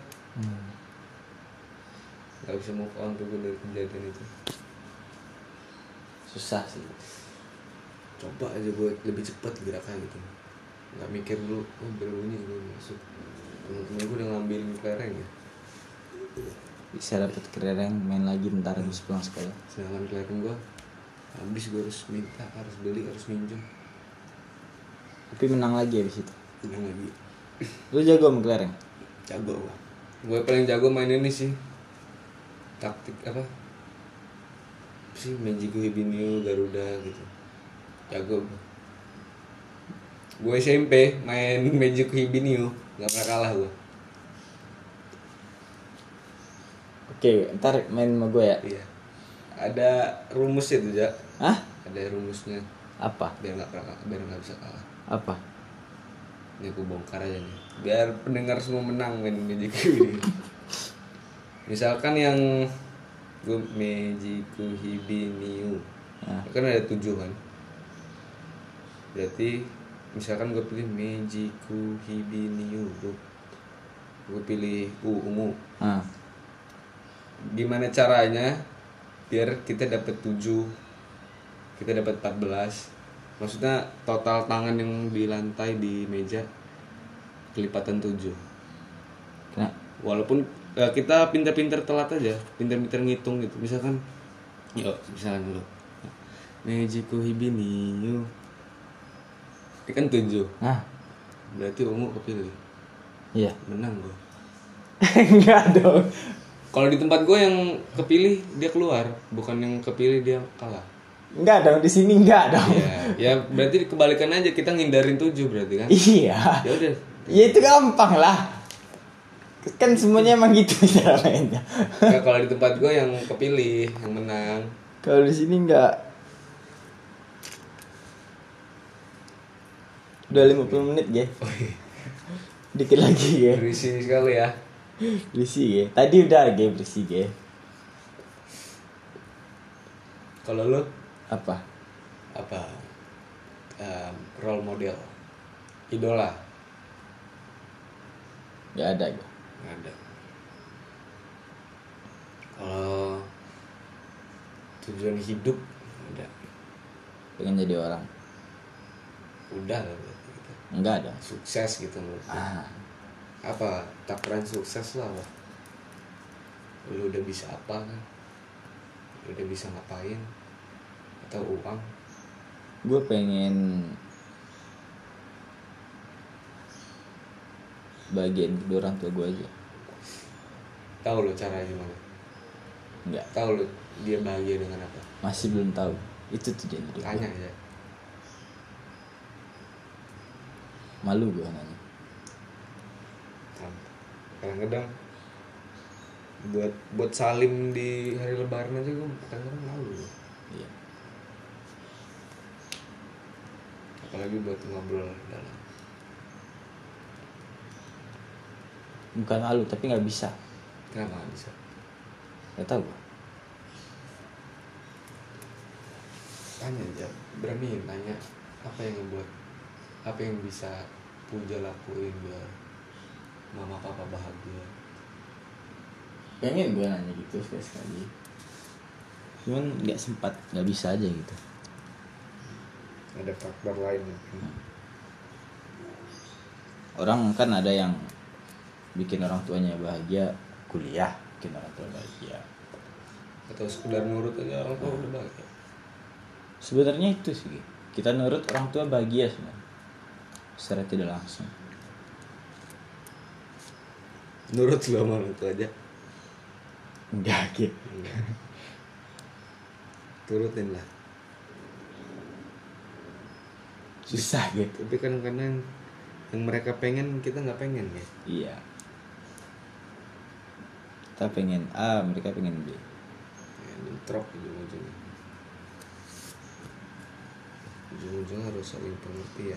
Speaker 2: gak bisa move on tuh gue dari kejadian itu.
Speaker 1: Susah sih.
Speaker 2: Coba aja gue lebih cepat geraknya gitu, nggak mikir dulu, oh berbunyi gue masuk. Temen-temen gue udah ngambil kelereng ya,
Speaker 1: Bisa dapet kelereng, main lagi ntar habis pulang sekolah.
Speaker 2: sedangkan kelereng gue habis, gue harus minta, harus beli, harus minjem.
Speaker 1: Tapi menang lagi habis itu.
Speaker 2: Udah lagi
Speaker 1: Lu jago sama kelereng?
Speaker 2: jago gue paling jago main ini sih, taktik apa sih, Magic Hibinio, Garuda gitu, jago gue SMP main Magic Hibinio nggak pernah kalah gue.
Speaker 1: Oke, ntar main sama gue ya.
Speaker 2: Iya, ada rumusnya tuh ja.
Speaker 1: Hah?
Speaker 2: Ada rumusnya
Speaker 1: Apa?
Speaker 2: biar nggak bisa kalah.
Speaker 1: Apa?
Speaker 2: Ini aku bongkar aja nih biar pendengar semua menang main Magic ini. Misalkan yang gue Magic Hibinio kan ada 7 kan, berarti misalkan gue pilih Magic Hibinio, gue pilih ungu. Gimana caranya biar kita dapat 7, kita dapat 14, maksudnya total tangan yang di lantai di meja kelipatan 7.
Speaker 1: Nah,
Speaker 2: Walaupun kita pintar-pintar telat aja, pintar-pintar ngitung gitu. Misalkan misalkan lo Magic Hibinio ini kan 7, berarti ungu kepilih.
Speaker 1: iya.
Speaker 2: Menang gue.
Speaker 1: Enggak dong.
Speaker 2: Kalau di tempat gue yang kepilih dia keluar, bukan yang kepilih dia kalah.
Speaker 1: Enggak dong, di sini enggak dong.
Speaker 2: Ya berarti kebalikan aja, kita ngindarin 7 berarti kan.
Speaker 1: Iya.
Speaker 2: Ya udah.
Speaker 1: Ya itu gampang lah. Kan semuanya emang gitu cara mainnya.
Speaker 2: Ya, kalau di tempat gue yang kepilih yang menang.
Speaker 1: Kalau di sini enggak. Udah 50 menit, Ge. Dikit lagi ya.
Speaker 2: Berisi sekali ya.
Speaker 1: Berisi ya. Tadi udah ge berisi ge.
Speaker 2: Kalau lu
Speaker 1: Apa?
Speaker 2: apa? Role model, idola?
Speaker 1: Gak ada gue.
Speaker 2: Nggak ada. Kalau tujuan hidup ada.
Speaker 1: Pengen jadi orang.
Speaker 2: Udah lah berarti gitu.
Speaker 1: Enggak ada.
Speaker 2: Sukses gitu menurut lu. Apa takaran sukses lo apa? Lu udah bisa apa kan? Lu udah bisa ngapain? Atau uang?
Speaker 1: Gue pengen bagian kedua orang tua gue aja.
Speaker 2: Tahu lo caranya gimana?
Speaker 1: Enggak.
Speaker 2: Tahu lo dia bahagia dengan apa?
Speaker 1: Masih belum tahu. Itu tujuan hidup
Speaker 2: Tanya
Speaker 1: gue.
Speaker 2: aja.
Speaker 1: Malu gue nanya.
Speaker 2: Kadang-kadang buat salim di hari lebaran aja gue kadang-kadang malu.
Speaker 1: Iya.
Speaker 2: Apalagi buat ngobrol dalam.
Speaker 1: Bukan malu tapi nggak bisa.
Speaker 2: Kenapa nggak bisa?
Speaker 1: Gak tahu gue.
Speaker 2: Tanya aja, berani nanya apa yang ngebuat, apa yang bisa Puja lakuin biar mama papa bahagia.
Speaker 1: Pengen gue nanya gitu sekali. Cuman nggak sempat, nggak bisa aja gitu.
Speaker 2: Ada faktor lain mungkin.
Speaker 1: Orang kan ada yang bikin orang tuanya bahagia, kuliah bikin orang tua bahagia.
Speaker 2: Atau sekedar nurut aja orang tua udah bahagia.
Speaker 1: Sebenarnya itu sih, kita nurut orang tua bahagia sebenarnya, secara tidak langsung.
Speaker 2: Nurut lo sama orang tua aja.
Speaker 1: Enggak gitu.
Speaker 2: Turutin lah.
Speaker 1: Susah gitu.
Speaker 2: Tapi kadang-kadang yang mereka pengen kita nggak pengen ya.
Speaker 1: Iya. Kita pengen A, mereka pengen B.
Speaker 2: Ya, bentrok ujung-ujungnya. Ujung-ujungnya harus saling pengertian.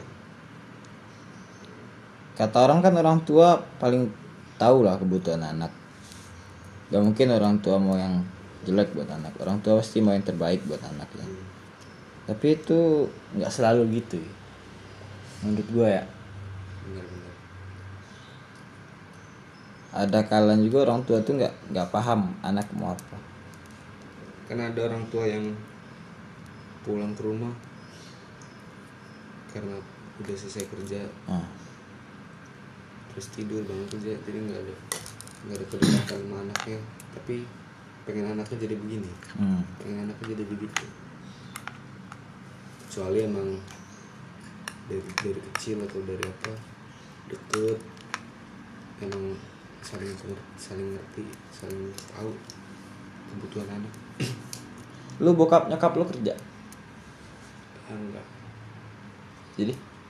Speaker 1: Kata orang kan orang tua paling tahu lah kebutuhan anak. Gak mungkin orang tua mau yang jelek buat anak. Orang tua pasti mau yang terbaik buat anaknya. Tapi itu nggak selalu gitu ya. Menurut gue ya.
Speaker 2: Benar-benar.
Speaker 1: Ada kalanya juga orang tua tuh nggak paham anak mau apa.
Speaker 2: Karena ada orang tua yang pulang ke rumah karena udah selesai kerja terus tidur bangun kerja, jadi nggak ada kedekatan sama anaknya, tapi pengen anaknya jadi begini, pengen anaknya jadi begitu. Kecuali emang dari kecil atau dari apa deket, emang saling ngerti, saling tahu kebutuhan anak.
Speaker 1: Lu bokap nyokap lu kerja?
Speaker 2: Enggak.
Speaker 1: Jadi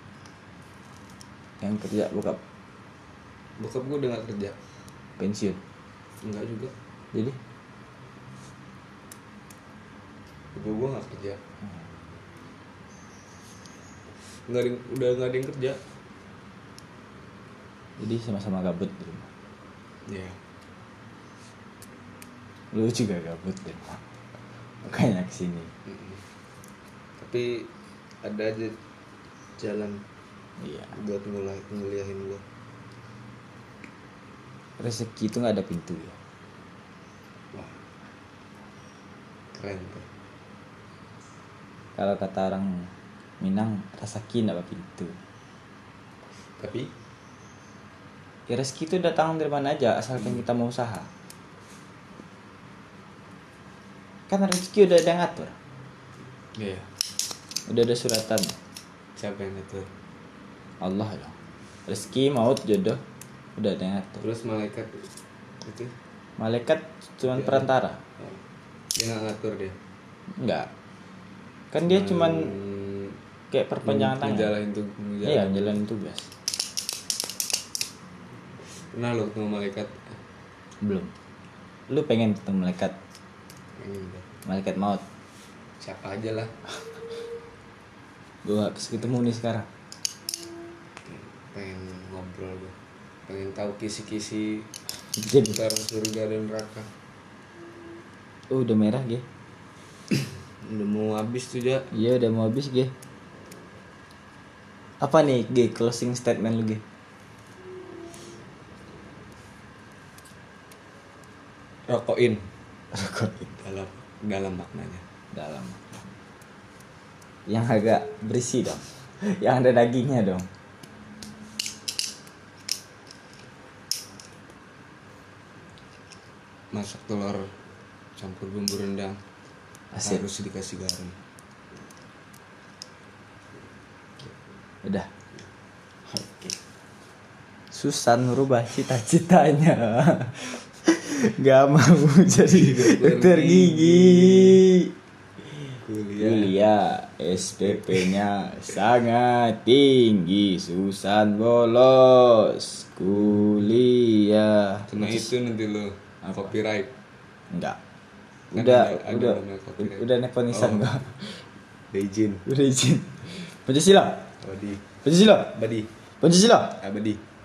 Speaker 1: yang kerja bokap
Speaker 2: Bokap gue udah gak kerja.
Speaker 1: pensiun.
Speaker 2: Enggak juga.
Speaker 1: Jadi
Speaker 2: Ibu gue gak kerja. Udah gak ada yang kerja.
Speaker 1: jadi sama-sama gabut di rumah.
Speaker 2: Iya.
Speaker 1: Lu juga gabut deh. Makanya kesini.
Speaker 2: Tapi ada aja jalan
Speaker 1: Iya.
Speaker 2: buat nguliahin gue.
Speaker 1: Rezeki itu nggak ada pintu ya.
Speaker 2: Wah, keren tuh.
Speaker 1: Kalau kata orang Minang, rezeki nggak ada pintu.
Speaker 2: Tapi
Speaker 1: Ya rezeki itu datang dari mana aja asalkan kita mau usaha. Kan rezeki udah ada yang ngatur.
Speaker 2: iya,
Speaker 1: Udah ada suratan.
Speaker 2: siapa yang ngatur?
Speaker 1: Allah dong. Rezeki, maut, jodoh udah ada yang ngatur.
Speaker 2: Terus malaikat itu
Speaker 1: Malaikat cuman perantara.
Speaker 2: dia gak ngatur dia.
Speaker 1: Enggak. Kan dia cuman kayak perpanjangan tangan.
Speaker 2: Ngejalanin
Speaker 1: Iya, menjalani tugas.
Speaker 2: Pernah lo ketemu malaikat?
Speaker 1: Belum. Lu pengen ketemu malaikat?
Speaker 2: Pengen udah.
Speaker 1: Malaikat maut.
Speaker 2: Siapa aja lah.
Speaker 1: Gua ketemu nih sekarang.
Speaker 2: Pengen ngobrol gue. pengen tahu kisi-kisi
Speaker 1: Jadi
Speaker 2: sekarang surga dan neraka.
Speaker 1: udah merah ge.
Speaker 2: Udah mau habis tuh ya.
Speaker 1: Iya udah mau habis ge. Apa nih ge closing statement lu ge?
Speaker 2: Rokokin
Speaker 1: Rokok
Speaker 2: dalam maknanya.
Speaker 1: dalam. Yang agak berisi dong. Yang ada dagingnya dong.
Speaker 2: Masak telur campur bumbu rendang.
Speaker 1: Asik.
Speaker 2: Harus dikasih garam.
Speaker 1: Udah. Oke. Susah merubah cita-citanya. Gak mau jadi dokter gigi. Kuliah SPP-nya sangat tinggi. Susan bolos kuliah.
Speaker 2: Cuma itu nanti lo copyright.
Speaker 1: Enggak.
Speaker 2: Kan
Speaker 1: Udah
Speaker 2: ada namanya copyright.
Speaker 1: udah neponisan gua.
Speaker 2: Udah izin.
Speaker 1: Udah izin. Pancasila.
Speaker 2: Abadi.
Speaker 1: Pancasila.
Speaker 2: Abadi.
Speaker 1: Pancasila.
Speaker 2: Abadi.